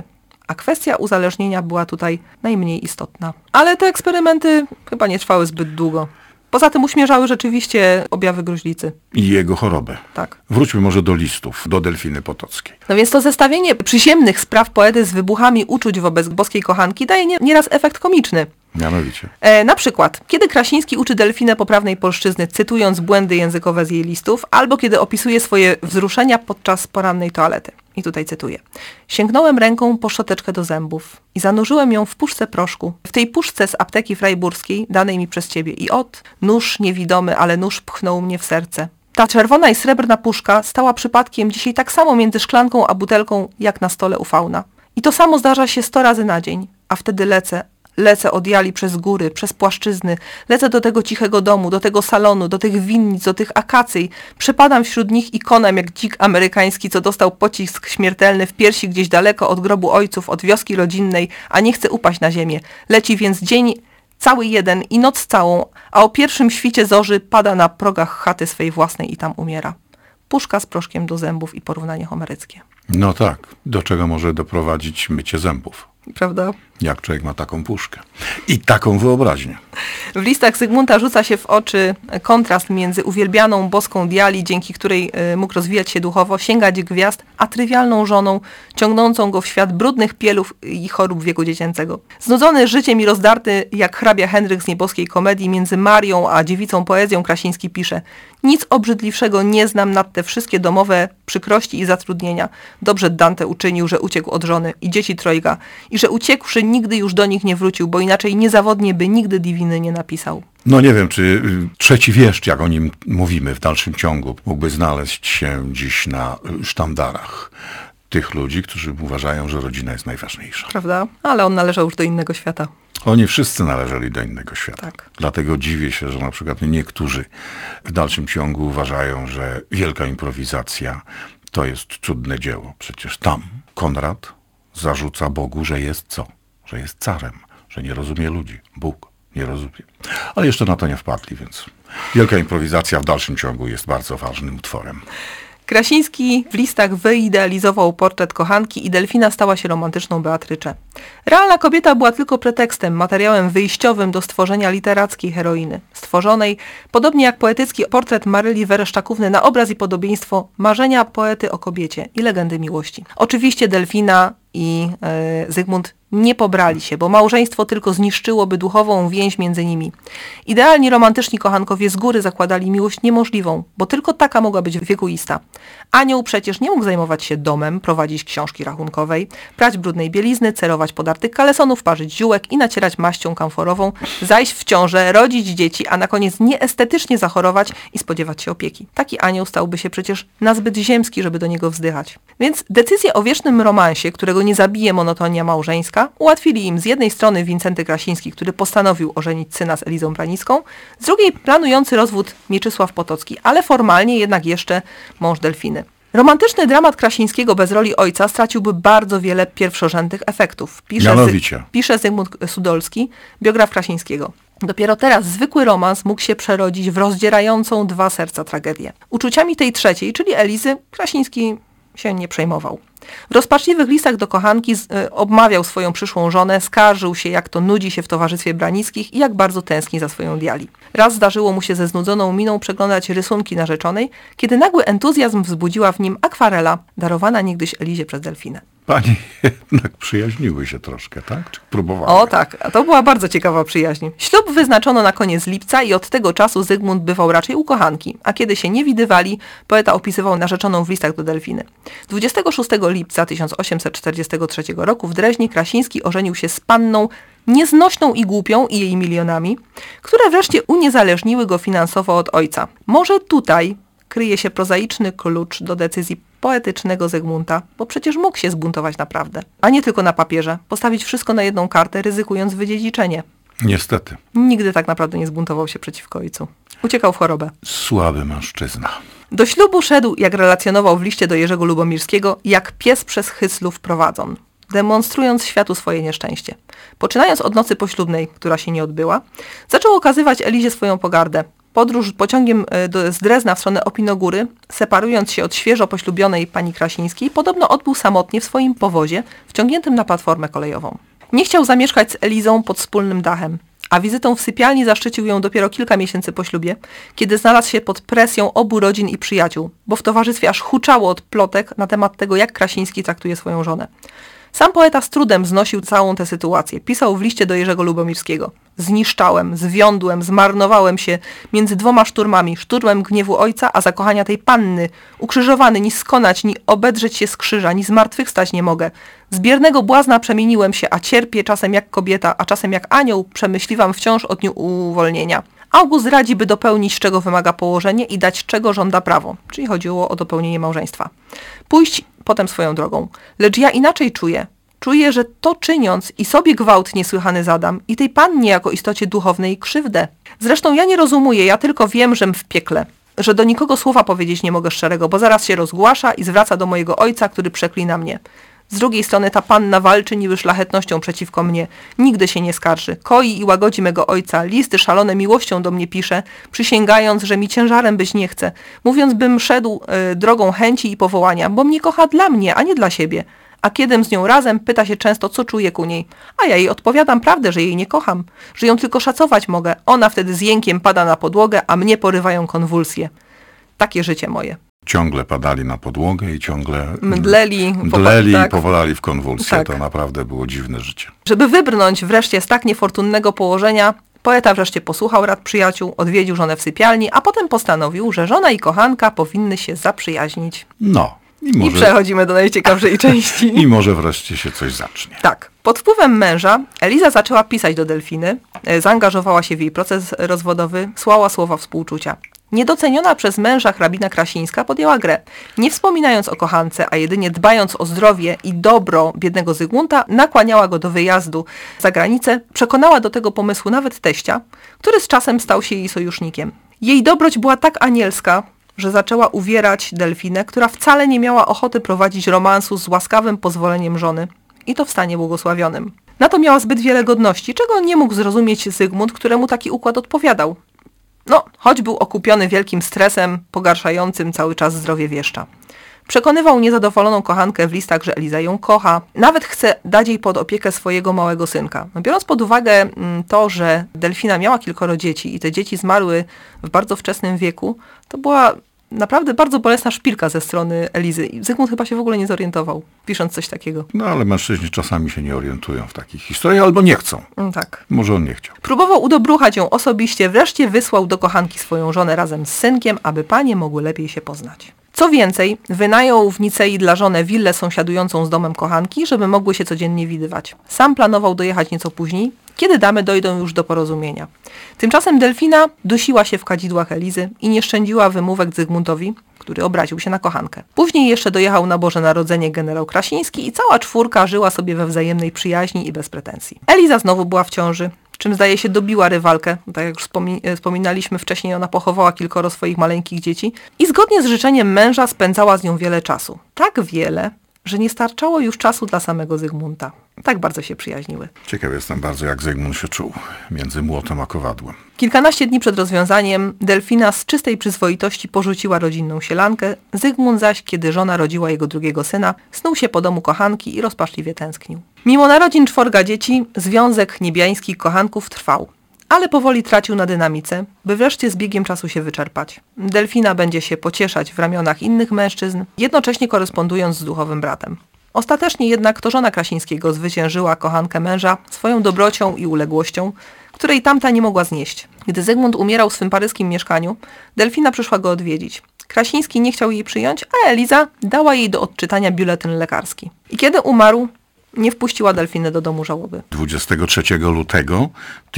a kwestia uzależnienia była tutaj najmniej istotna. Ale te eksperymenty chyba nie trwały zbyt długo. Poza tym uśmierzały rzeczywiście objawy gruźlicy. I jego chorobę. Tak. Wróćmy może do listów, do Delfiny Potockiej. No więc to zestawienie przyziemnych spraw poety z wybuchami uczuć wobec boskiej kochanki daje nieraz efekt komiczny. Mianowicie. Na przykład, kiedy Krasiński uczy Delfinę poprawnej polszczyzny, cytując błędy językowe z jej listów, albo kiedy opisuje swoje wzruszenia podczas porannej toalety. I tutaj cytuję. Sięgnąłem ręką po szczoteczkę do zębów i zanurzyłem ją w puszce proszku. W tej puszce z apteki frajburskiej, danej mi przez ciebie. I nóż niewidomy, ale nóż pchnął mnie w serce. Ta czerwona i srebrna puszka stała przypadkiem dzisiaj tak samo między szklanką a butelką, jak na stole u fauna. I to samo zdarza się 100 razy na dzień, a wtedy Lecę od Jali przez góry, przez płaszczyzny, lecę do tego cichego domu, do tego salonu, do tych winnic, do tych akacyj. Przepadam wśród nich i konam jak dzik amerykański, co dostał pocisk śmiertelny w piersi gdzieś daleko od grobu ojców, od wioski rodzinnej, a nie chce upaść na ziemię. Leci więc dzień cały jeden i noc całą, a o pierwszym świcie zorzy pada na progach chaty swej własnej i tam umiera. Puszka z proszkiem do zębów i porównanie homeryckie. No tak, do czego może doprowadzić mycie zębów? Prawda? Jak człowiek ma taką puszkę i taką wyobraźnię. W listach Zygmunta rzuca się w oczy kontrast między uwielbianą boską Diali, dzięki której mógł rozwijać się duchowo, sięgać gwiazd, a trywialną żoną, ciągnącą go w świat brudnych pielów i chorób wieku dziecięcego. Znudzony życiem i rozdarty jak hrabia Henryk z nieboskiej komedii, między Marią a dziewicą poezją Krasiński pisze: nic obrzydliwszego nie znam nad te wszystkie domowe przykrości i zatrudnienia. Dobrze Dante uczynił, że uciekł od żony i dzieci trojga i że uciekłszy nigdy już do nich nie wrócił, bo inaczej niezawodnie by nigdy Diviny nie napisał. No nie wiem, czy trzeci wieszcz, jak o nim mówimy w dalszym ciągu, mógłby znaleźć się dziś na sztandarach tych ludzi, którzy uważają, że rodzina jest najważniejsza. Prawda? Ale on należał już do innego świata. Oni wszyscy należeli do innego świata. Tak. Dlatego dziwię się, że na przykład niektórzy w dalszym ciągu uważają, że wielka improwizacja to jest cudne dzieło. Przecież tam Konrad zarzuca Bogu, że jest co? Że jest carem, że nie rozumie ludzi. Bóg nie rozumie. Ale jeszcze na to nie wpadli, więc wielka improwizacja w dalszym ciągu jest bardzo ważnym utworem. Krasiński w listach wyidealizował portret kochanki i Delfina stała się romantyczną Beatrycze. Realna kobieta była tylko pretekstem, materiałem wyjściowym do stworzenia literackiej heroiny. Stworzonej, podobnie jak poetycki portret Maryli Wereszczakówny na obraz i podobieństwo marzenia poety o kobiecie i legendy miłości. Oczywiście Delfina i Zygmunt nie pobrali się, bo małżeństwo tylko zniszczyłoby duchową więź między nimi. Idealni romantyczni kochankowie z góry zakładali miłość niemożliwą, bo tylko taka mogła być wiekuista. Anioł przecież nie mógł zajmować się domem, prowadzić książki rachunkowej, prać brudnej bielizny, cerować podartych kalesonów, parzyć ziółek i nacierać maścią kamforową, zajść w ciążę, rodzić dzieci, a na koniec nieestetycznie zachorować i spodziewać się opieki. Taki anioł stałby się przecież nazbyt ziemski, żeby do niego wzdychać. Więc decyzję o wiecznym romansie, którego nie zabije monotonia małżeńska, ułatwili im z jednej strony Wincenty Krasiński, który postanowił ożenić syna z Elizą Branicką, z drugiej planujący rozwód Mieczysław Potocki, ale formalnie jednak jeszcze mąż Delfiny. Romantyczny dramat Krasińskiego bez roli ojca straciłby bardzo wiele pierwszorzędnych efektów. Pisze Zygmunt Sudolski, biograf Krasińskiego. Dopiero teraz zwykły romans mógł się przerodzić w rozdzierającą dwa serca tragedię. Uczuciami tej trzeciej, czyli Elizy, Krasiński się nie przejmował. W rozpaczliwych listach do kochanki obmawiał swoją przyszłą żonę, skarżył się, jak to nudzi się w towarzystwie Branickich i jak bardzo tęskni za swoją Diali. Raz zdarzyło mu się ze znudzoną miną przeglądać rysunki narzeczonej, kiedy nagły entuzjazm wzbudziła w nim akwarela, darowana niegdyś Elizie przez Delfinę. Pani jednak przyjaźniły się troszkę, tak? Czy próbowały? O tak, a to była bardzo ciekawa przyjaźń. Ślub wyznaczono na koniec lipca i od tego czasu Zygmunt bywał raczej u kochanki, a kiedy się nie widywali, poeta opisywał narzeczoną w listach do Delfiny. 26 lipca 1843 roku w Dreźnie Krasiński ożenił się z panną nieznośną i głupią i jej milionami, które wreszcie uniezależniły go finansowo od ojca. Może tutaj kryje się prozaiczny klucz do decyzji poetycznego Zygmunta, bo przecież mógł się zbuntować naprawdę, a nie tylko na papierze, postawić wszystko na jedną kartę, ryzykując wydziedziczenie. Niestety. Nigdy tak naprawdę nie zbuntował się przeciwko ojcu. Uciekał w chorobę. Słaby mężczyzna. Do ślubu szedł, jak relacjonował w liście do Jerzego Lubomirskiego, jak pies przez hyclów prowadzon, demonstrując światu swoje nieszczęście. Poczynając od nocy poślubnej, która się nie odbyła, zaczął okazywać Elizie swoją pogardę. podróż pociągiem z Drezna w stronę Opinogóry, separując się od świeżo poślubionej pani Krasińskiej, podobno odbył samotnie w swoim powozie, wciągniętym na platformę kolejową. Nie chciał zamieszkać z Elizą pod wspólnym dachem, a wizytą w sypialni zaszczycił ją dopiero kilka miesięcy po ślubie, kiedy znalazł się pod presją obu rodzin i przyjaciół, bo w towarzystwie aż huczało od plotek na temat tego, jak Krasiński traktuje swoją żonę. Sam poeta z trudem znosił całą tę sytuację. Pisał w liście do Jerzego Lubomirskiego: zniszczałem, zwiądłem, zmarnowałem się między dwoma szturmami, szturmem gniewu ojca, a zakochania tej panny. Ukrzyżowany, ni skonać, ni obedrzeć się z krzyża, ni zmartwychwstać nie mogę. Z biernego błazna przemieniłem się, a cierpię czasem jak kobieta, a czasem jak anioł, przemyśliwam wciąż o dniu uwolnienia. August radzi, by dopełnić, czego wymaga położenie i dać, czego żąda prawo. Czyli chodziło o dopełnienie małżeństwa. Pójść potem swoją drogą. Lecz ja inaczej czuję. Czuję, że to czyniąc i sobie gwałt niesłychany zadam i tej pannie jako istocie duchownej krzywdę. Zresztą ja nie rozumuję, ja tylko wiem, żem w piekle. Że do nikogo słowa powiedzieć nie mogę szczerego, bo zaraz się rozgłasza i zwraca do mojego ojca, który przeklina mnie. Z drugiej strony ta panna walczy niby szlachetnością przeciwko mnie. Nigdy się nie skarży. Koi i łagodzi mego ojca. Listy szalone miłością do mnie pisze, przysięgając, że mi ciężarem być nie chce. Mówiąc, bym szedł drogą chęci i powołania, bo mnie kocha dla mnie, a nie dla siebie. A kiedym z nią razem, pyta się często, co czuję ku niej. A ja jej odpowiadam prawdę, że jej nie kocham. Że ją tylko szacować mogę. Ona wtedy z jękiem pada na podłogę, a mnie porywają konwulsje. Takie życie moje. Ciągle padali na podłogę i ciągle mdleli i powalali w konwulsje. Tak. To naprawdę było dziwne życie. Żeby wybrnąć wreszcie z tak niefortunnego położenia, poeta wreszcie posłuchał rad przyjaciół, odwiedził żonę w sypialni, a potem postanowił, że żona i kochanka powinny się zaprzyjaźnić. No. I przechodzimy do najciekawszej części. I może wreszcie się coś zacznie. Tak. Pod wpływem męża Eliza zaczęła pisać do Delfiny, zaangażowała się w jej proces rozwodowy, słała słowa współczucia. Niedoceniona przez męża hrabina Krasińska podjęła grę. Nie wspominając o kochance, a jedynie dbając o zdrowie i dobro biednego Zygmunta, nakłaniała go do wyjazdu za granicę, przekonała do tego pomysłu nawet teścia, który z czasem stał się jej sojusznikiem. Jej dobroć była tak anielska, że zaczęła uwierać Delfinę, która wcale nie miała ochoty prowadzić romansu z łaskawym pozwoleniem żony. I to w stanie błogosławionym. Na to miała zbyt wiele godności, czego nie mógł zrozumieć Zygmunt, któremu taki układ odpowiadał. No, choć był okupiony wielkim stresem, pogarszającym cały czas zdrowie wieszcza. Przekonywał niezadowoloną kochankę w listach, że Eliza ją kocha. Nawet chce dać jej pod opiekę swojego małego synka. No, biorąc pod uwagę to, że Delfina miała kilkoro dzieci i te dzieci zmarły w bardzo wczesnym wieku, to była naprawdę bardzo bolesna szpilka ze strony Elizy. I Zygmunt chyba się w ogóle nie zorientował, pisząc coś takiego. No ale mężczyźni czasami się nie orientują w takich historiach, albo nie chcą. Tak. Może on nie chciał. Próbował udobruchać ją osobiście, wreszcie wysłał do kochanki swoją żonę razem z synkiem, aby panie mogły lepiej się poznać. Co więcej, wynajął w Nicei dla żony willę sąsiadującą z domem kochanki, żeby mogły się codziennie widywać. Sam planował dojechać nieco później, kiedy damy dojdą już do porozumienia. Tymczasem Delfina dusiła się w kadzidłach Elizy i nie szczędziła wymówek Zygmuntowi, który obraził się na kochankę. Później jeszcze dojechał na Boże Narodzenie generał Krasiński i cała czwórka żyła sobie we wzajemnej przyjaźni i bez pretensji. Eliza znowu była w ciąży, czym zdaje się dobiła rywalkę. Tak jak już wspominaliśmy wcześniej, ona pochowała kilkoro swoich maleńkich dzieci i zgodnie z życzeniem męża spędzała z nią wiele czasu. Tak wiele, że nie starczało już czasu dla samego Zygmunta. Tak bardzo się przyjaźniły. Ciekaw jestem bardzo, jak Zygmunt się czuł między młotem a kowadłem. Kilkanaście dni przed rozwiązaniem Delfina z czystej przyzwoitości porzuciła rodzinną sielankę. Zygmunt zaś, kiedy żona rodziła jego drugiego syna, snuł się po domu kochanki i rozpaczliwie tęsknił. Mimo narodzin czworga dzieci, związek niebiańskich kochanków trwał. Ale powoli tracił na dynamice, by wreszcie z biegiem czasu się wyczerpać. Delfina będzie się pocieszać w ramionach innych mężczyzn, jednocześnie korespondując z duchowym bratem. Ostatecznie jednak to żona Krasińskiego zwyciężyła kochankę męża swoją dobrocią i uległością, której tamta nie mogła znieść. Gdy Zygmunt umierał w swym paryskim mieszkaniu, Delfina przyszła go odwiedzić. Krasiński nie chciał jej przyjąć, a Eliza dała jej do odczytania biuletyn lekarski. I kiedy umarł, nie wpuściła Delfiny do domu żałoby. 23 lutego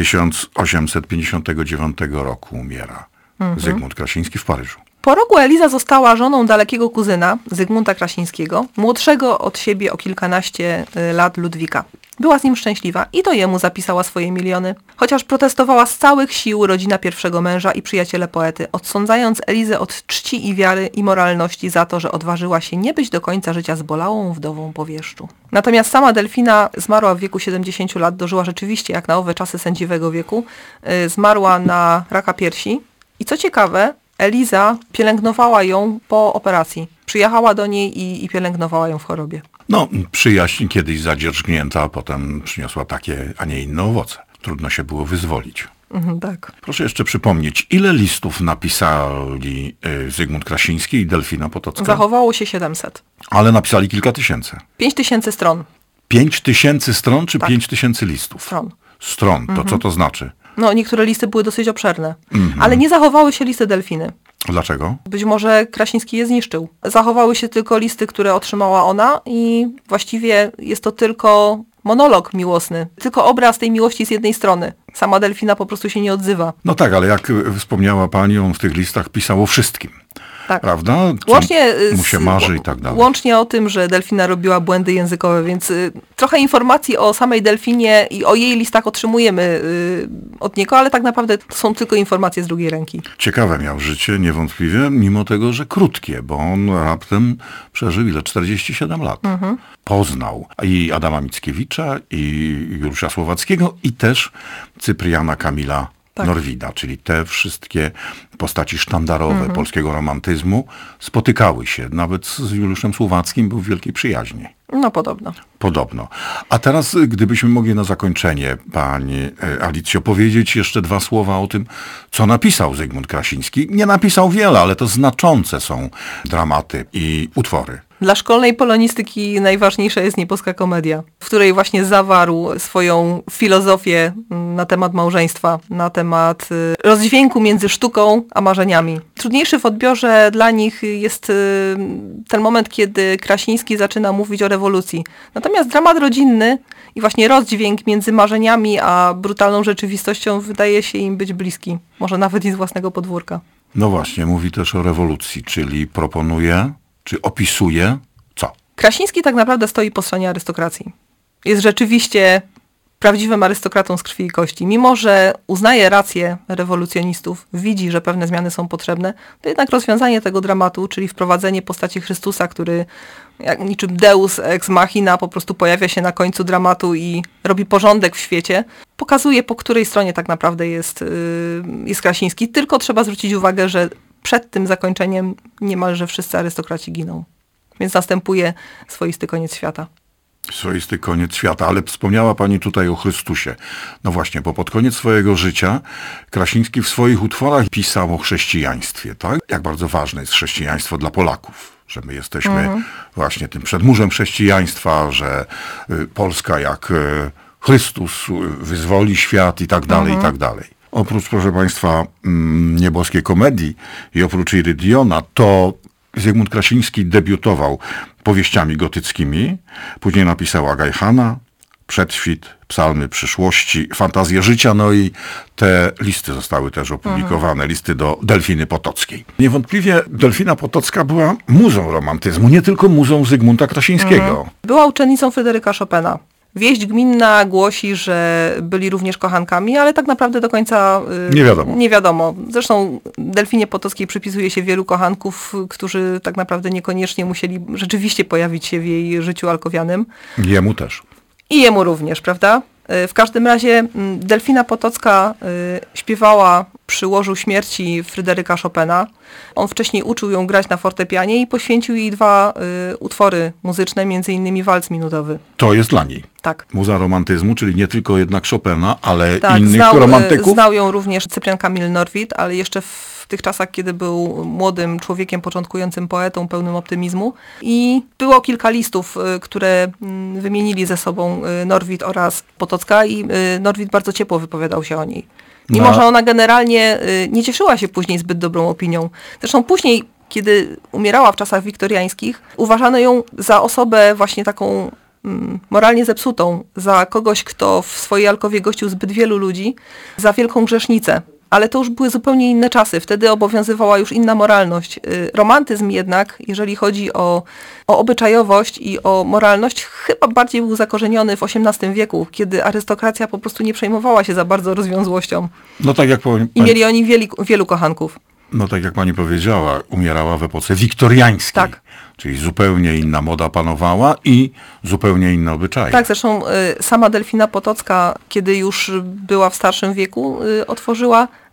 1859 roku umiera Zygmunt Krasiński w Paryżu. Po roku Eliza została żoną dalekiego kuzyna Zygmunta Krasińskiego, młodszego od siebie o kilkanaście lat Ludwika. Była z nim szczęśliwa i to jemu zapisała swoje miliony. Chociaż protestowała z całych sił rodzina pierwszego męża i przyjaciele poety, odsądzając Elizę od czci i wiary i moralności za to, że odważyła się nie być do końca życia zbolałą wdową po wieszczu. Natomiast sama Delfina zmarła w wieku 70 lat, dożyła rzeczywiście jak na owe czasy sędziwego wieku. Zmarła na raka piersi I co ciekawe, Eliza pielęgnowała ją po operacji. Przyjechała do niej i pielęgnowała ją w chorobie. No, przyjaźń kiedyś zadzierzgnięta, a potem przyniosła takie, a nie inne owoce. Trudno się było wyzwolić. Tak. Proszę jeszcze przypomnieć, ile listów napisali Zygmunt Krasiński i Delfina Potocka? Zachowało się 700. Ale napisali kilka tysięcy. 5000 stron. 5000 stron czy Tak. 5000 listów? Stron. Stron, to co to znaczy? No, niektóre listy były dosyć obszerne. Ale nie zachowały się listy Delfiny. Dlaczego? Być może Krasiński je zniszczył. Zachowały się tylko listy, które otrzymała ona i właściwie jest to tylko monolog miłosny. Tylko obraz tej miłości z jednej strony. Sama Delfina po prostu się nie odzywa. No tak, ale jak wspomniała pani, on w tych listach pisał o wszystkim. Tak. Prawda? Co Łącznie mu się marzy i tak dalej. Łącznie o tym, że Delfina robiła błędy językowe, więc trochę informacji o samej Delfinie i o jej listach otrzymujemy od niego, ale tak naprawdę to są tylko informacje z drugiej ręki. Ciekawe miał życie, niewątpliwie, mimo tego, że krótkie, bo on raptem przeżył ile? 47 lat. Poznał i Adama Mickiewicza, i Juliusza Słowackiego, i też Cypriana Kamila Norwida, czyli te wszystkie postaci sztandarowe polskiego romantyzmu spotykały się. Nawet z Juliuszem Słowackim był w wielkiej przyjaźni. No podobno. Podobno. A teraz, gdybyśmy mogli na zakończenie, pani Alicjo, powiedzieć jeszcze dwa słowa o tym, co napisał Zygmunt Krasiński. Nie napisał wiele, ale to znaczące są dramaty i utwory. Dla szkolnej polonistyki najważniejsza jest Nieboska komedia, w której właśnie zawarł swoją filozofię na temat małżeństwa, na temat rozdźwięku między sztuką a marzeniami. Trudniejszy w odbiorze dla nich jest ten moment, kiedy Krasiński zaczyna mówić o rewolucji. Natomiast dramat rodzinny i właśnie rozdźwięk między marzeniami a brutalną rzeczywistością wydaje się im być bliski. Może nawet i z własnego podwórka. No właśnie, mówi też o rewolucji, czyli proponuje, czy opisuje co? Krasiński tak naprawdę stoi po stronie arystokracji. Jest rzeczywiście prawdziwym arystokratą z krwi i kości. Mimo że uznaje rację rewolucjonistów, widzi, że pewne zmiany są potrzebne, to jednak rozwiązanie tego dramatu, czyli wprowadzenie postaci Chrystusa, który jak niczym Deus ex machina po prostu pojawia się na końcu dramatu i robi porządek w świecie, pokazuje, po której stronie tak naprawdę jest Krasiński. Tylko trzeba zwrócić uwagę, że przed tym zakończeniem niemalże wszyscy arystokraci giną. Więc następuje swoisty koniec świata. Swoisty koniec świata, ale wspomniała pani tutaj o Chrystusie. No właśnie, bo pod koniec swojego życia Krasiński w swoich utworach pisał o chrześcijaństwie, tak? Jak bardzo ważne jest chrześcijaństwo dla Polaków, że my jesteśmy właśnie tym przedmurzem chrześcijaństwa, że Polska jak Chrystus wyzwoli świat i tak dalej, i tak dalej. Oprócz, proszę państwa, Nieboskiej komedii i oprócz Irydiona, to Zygmunt Krasiński debiutował powieściami gotyckimi, później napisał Agajhana, Przedświt, Psalmy przyszłości, Fantazje życia, no i te listy zostały też opublikowane, listy do Delfiny Potockiej. Niewątpliwie Delfina Potocka była muzą romantyzmu, nie tylko muzą Zygmunta Krasińskiego. Była uczennicą Fryderyka Chopina. Wieść gminna głosi, że byli również kochankami, ale tak naprawdę do końca nie wiadomo. Zresztą Delfinie Potockiej przypisuje się wielu kochanków, którzy tak naprawdę niekoniecznie musieli rzeczywiście pojawić się w jej życiu alkowianym. Jemu też. I jemu również, prawda? W każdym razie Delfina Potocka śpiewała przy łożu śmierci Fryderyka Chopina. On wcześniej uczył ją grać na fortepianie i poświęcił jej 2 utwory muzyczne, między innymi walc minutowy. To jest dla niej. Tak. Muza romantyzmu, czyli nie tylko jednak Chopina, ale Tak, innych romantyków. Znał ją również Cyprian Kamil Norwid, ale jeszcze w tych czasach, kiedy był młodym człowiekiem, początkującym poetą, pełnym optymizmu. I było kilka listów, które wymienili ze sobą Norwid oraz Potocka i Norwid bardzo ciepło wypowiadał się o niej. Mimo że ona generalnie nie cieszyła się później zbyt dobrą opinią. Zresztą później, kiedy umierała w czasach wiktoriańskich, uważano ją za osobę właśnie taką moralnie zepsutą, za kogoś, kto w swojej alkowie gościł zbyt wielu ludzi, za wielką grzesznicę. Ale to już były zupełnie inne czasy. Wtedy obowiązywała już inna moralność. Romantyzm jednak, jeżeli chodzi o obyczajowość i o moralność, chyba bardziej był zakorzeniony w XVIII wieku, kiedy arystokracja po prostu nie przejmowała się za bardzo rozwiązłością. No tak jak I mieli oni wielu kochanków. No tak jak pani powiedziała, umierała w epoce wiktoriańskiej. Tak. Czyli zupełnie inna moda panowała i zupełnie inne obyczaje. Tak, zresztą sama Delfina Potocka, kiedy już była w starszym wieku, otworzyła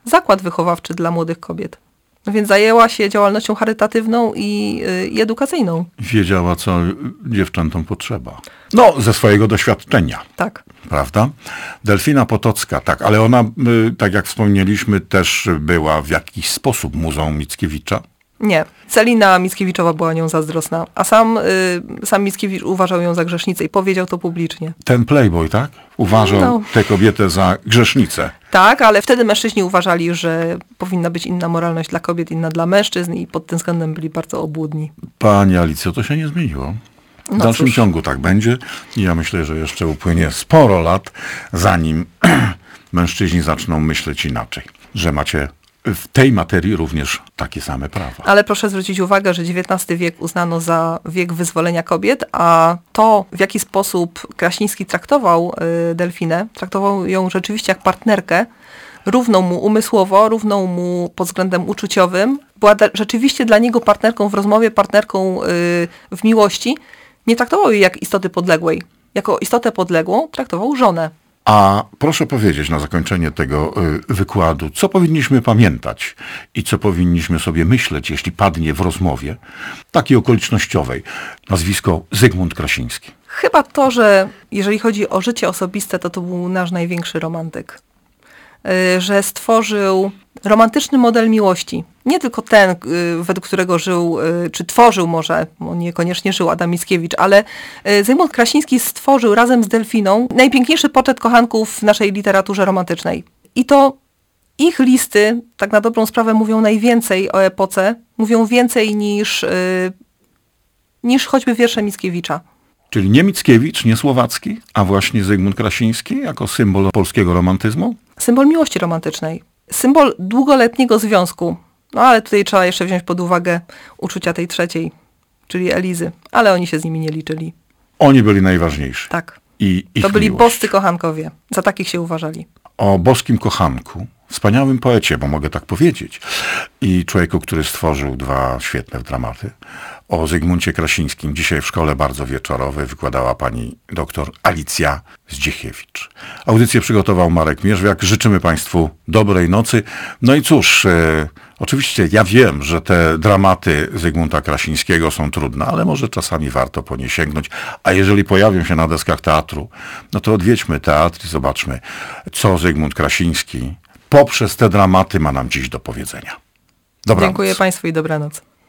zakład wychowawczy dla młodych kobiet. No więc zajęła się działalnością charytatywną i edukacyjną. Wiedziała, co dziewczętom potrzeba. No, ze swojego doświadczenia. Tak. Prawda? Delfina Potocka, tak, ale ona, tak jak wspomnieliśmy, też była w jakiś sposób muzą Mickiewicza. Nie. Celina Mickiewiczowa była nią zazdrosna, a sam Mickiewicz uważał ją za grzesznicę i powiedział to publicznie. Ten playboy, tak? Uważał tę kobietę za grzesznicę. Tak, ale wtedy mężczyźni uważali, że powinna być inna moralność dla kobiet, inna dla mężczyzn i pod tym względem byli bardzo obłudni. Pani Alicjo, to się nie zmieniło. W No dalszym cóż. ciągu tak będzie i ja myślę, że jeszcze upłynie sporo lat, zanim mężczyźni zaczną myśleć inaczej, że macie w tej materii również takie same prawa. Ale proszę zwrócić uwagę, że XIX wiek uznano za wiek wyzwolenia kobiet, a to, w jaki sposób Krasiński traktował Delfinę, traktował ją rzeczywiście jak partnerkę, równą mu umysłowo, równą mu pod względem uczuciowym, była rzeczywiście dla niego partnerką w rozmowie, partnerką w miłości, nie traktował jej jak istoty podległej. Jako istotę podległą traktował żonę. A proszę powiedzieć na zakończenie tego wykładu, co powinniśmy pamiętać i co powinniśmy sobie myśleć, jeśli padnie w rozmowie takiej okolicznościowej nazwisko Zygmunt Krasiński. Chyba to, że jeżeli chodzi o życie osobiste, to był nasz największy romantyk. Że stworzył romantyczny model miłości. Nie tylko ten, według którego żył, czy tworzył może, on niekoniecznie żył, Adam Mickiewicz, ale Zygmunt Krasiński stworzył razem z Delfiną najpiękniejszy portret kochanków w naszej literaturze romantycznej. I to ich listy, tak na dobrą sprawę, mówią najwięcej o epoce, mówią więcej niż choćby wiersze Mickiewicza. Czyli nie Mickiewicz, nie Słowacki, a właśnie Zygmunt Krasiński jako symbol polskiego romantyzmu? Symbol miłości romantycznej. Symbol długoletniego związku. No ale tutaj trzeba jeszcze wziąć pod uwagę uczucia tej trzeciej, czyli Elizy. Ale oni się z nimi nie liczyli. Oni byli najważniejsi. Tak. I ich To byli miłość. boscy kochankowie. Za takich się uważali. O boskim kochanku, wspaniałym poecie, bo mogę tak powiedzieć, i człowieku, który stworzył 2 świetne dramaty, o Zygmuncie Krasińskim dzisiaj w szkole bardzo wieczorowej wykładała pani doktor Alicja Zdzichiewicz. Audycję przygotował Marek Mierzwiak. Życzymy Państwu dobrej nocy. No i cóż, oczywiście ja wiem, że te dramaty Zygmunta Krasińskiego są trudne, ale może czasami warto po nie sięgnąć. A jeżeli pojawią się na deskach teatru, no to odwiedźmy teatr i zobaczmy, co Zygmunt Krasiński poprzez te dramaty ma nam dziś do powiedzenia. Dobranoc. Dziękuję Państwu i dobranoc.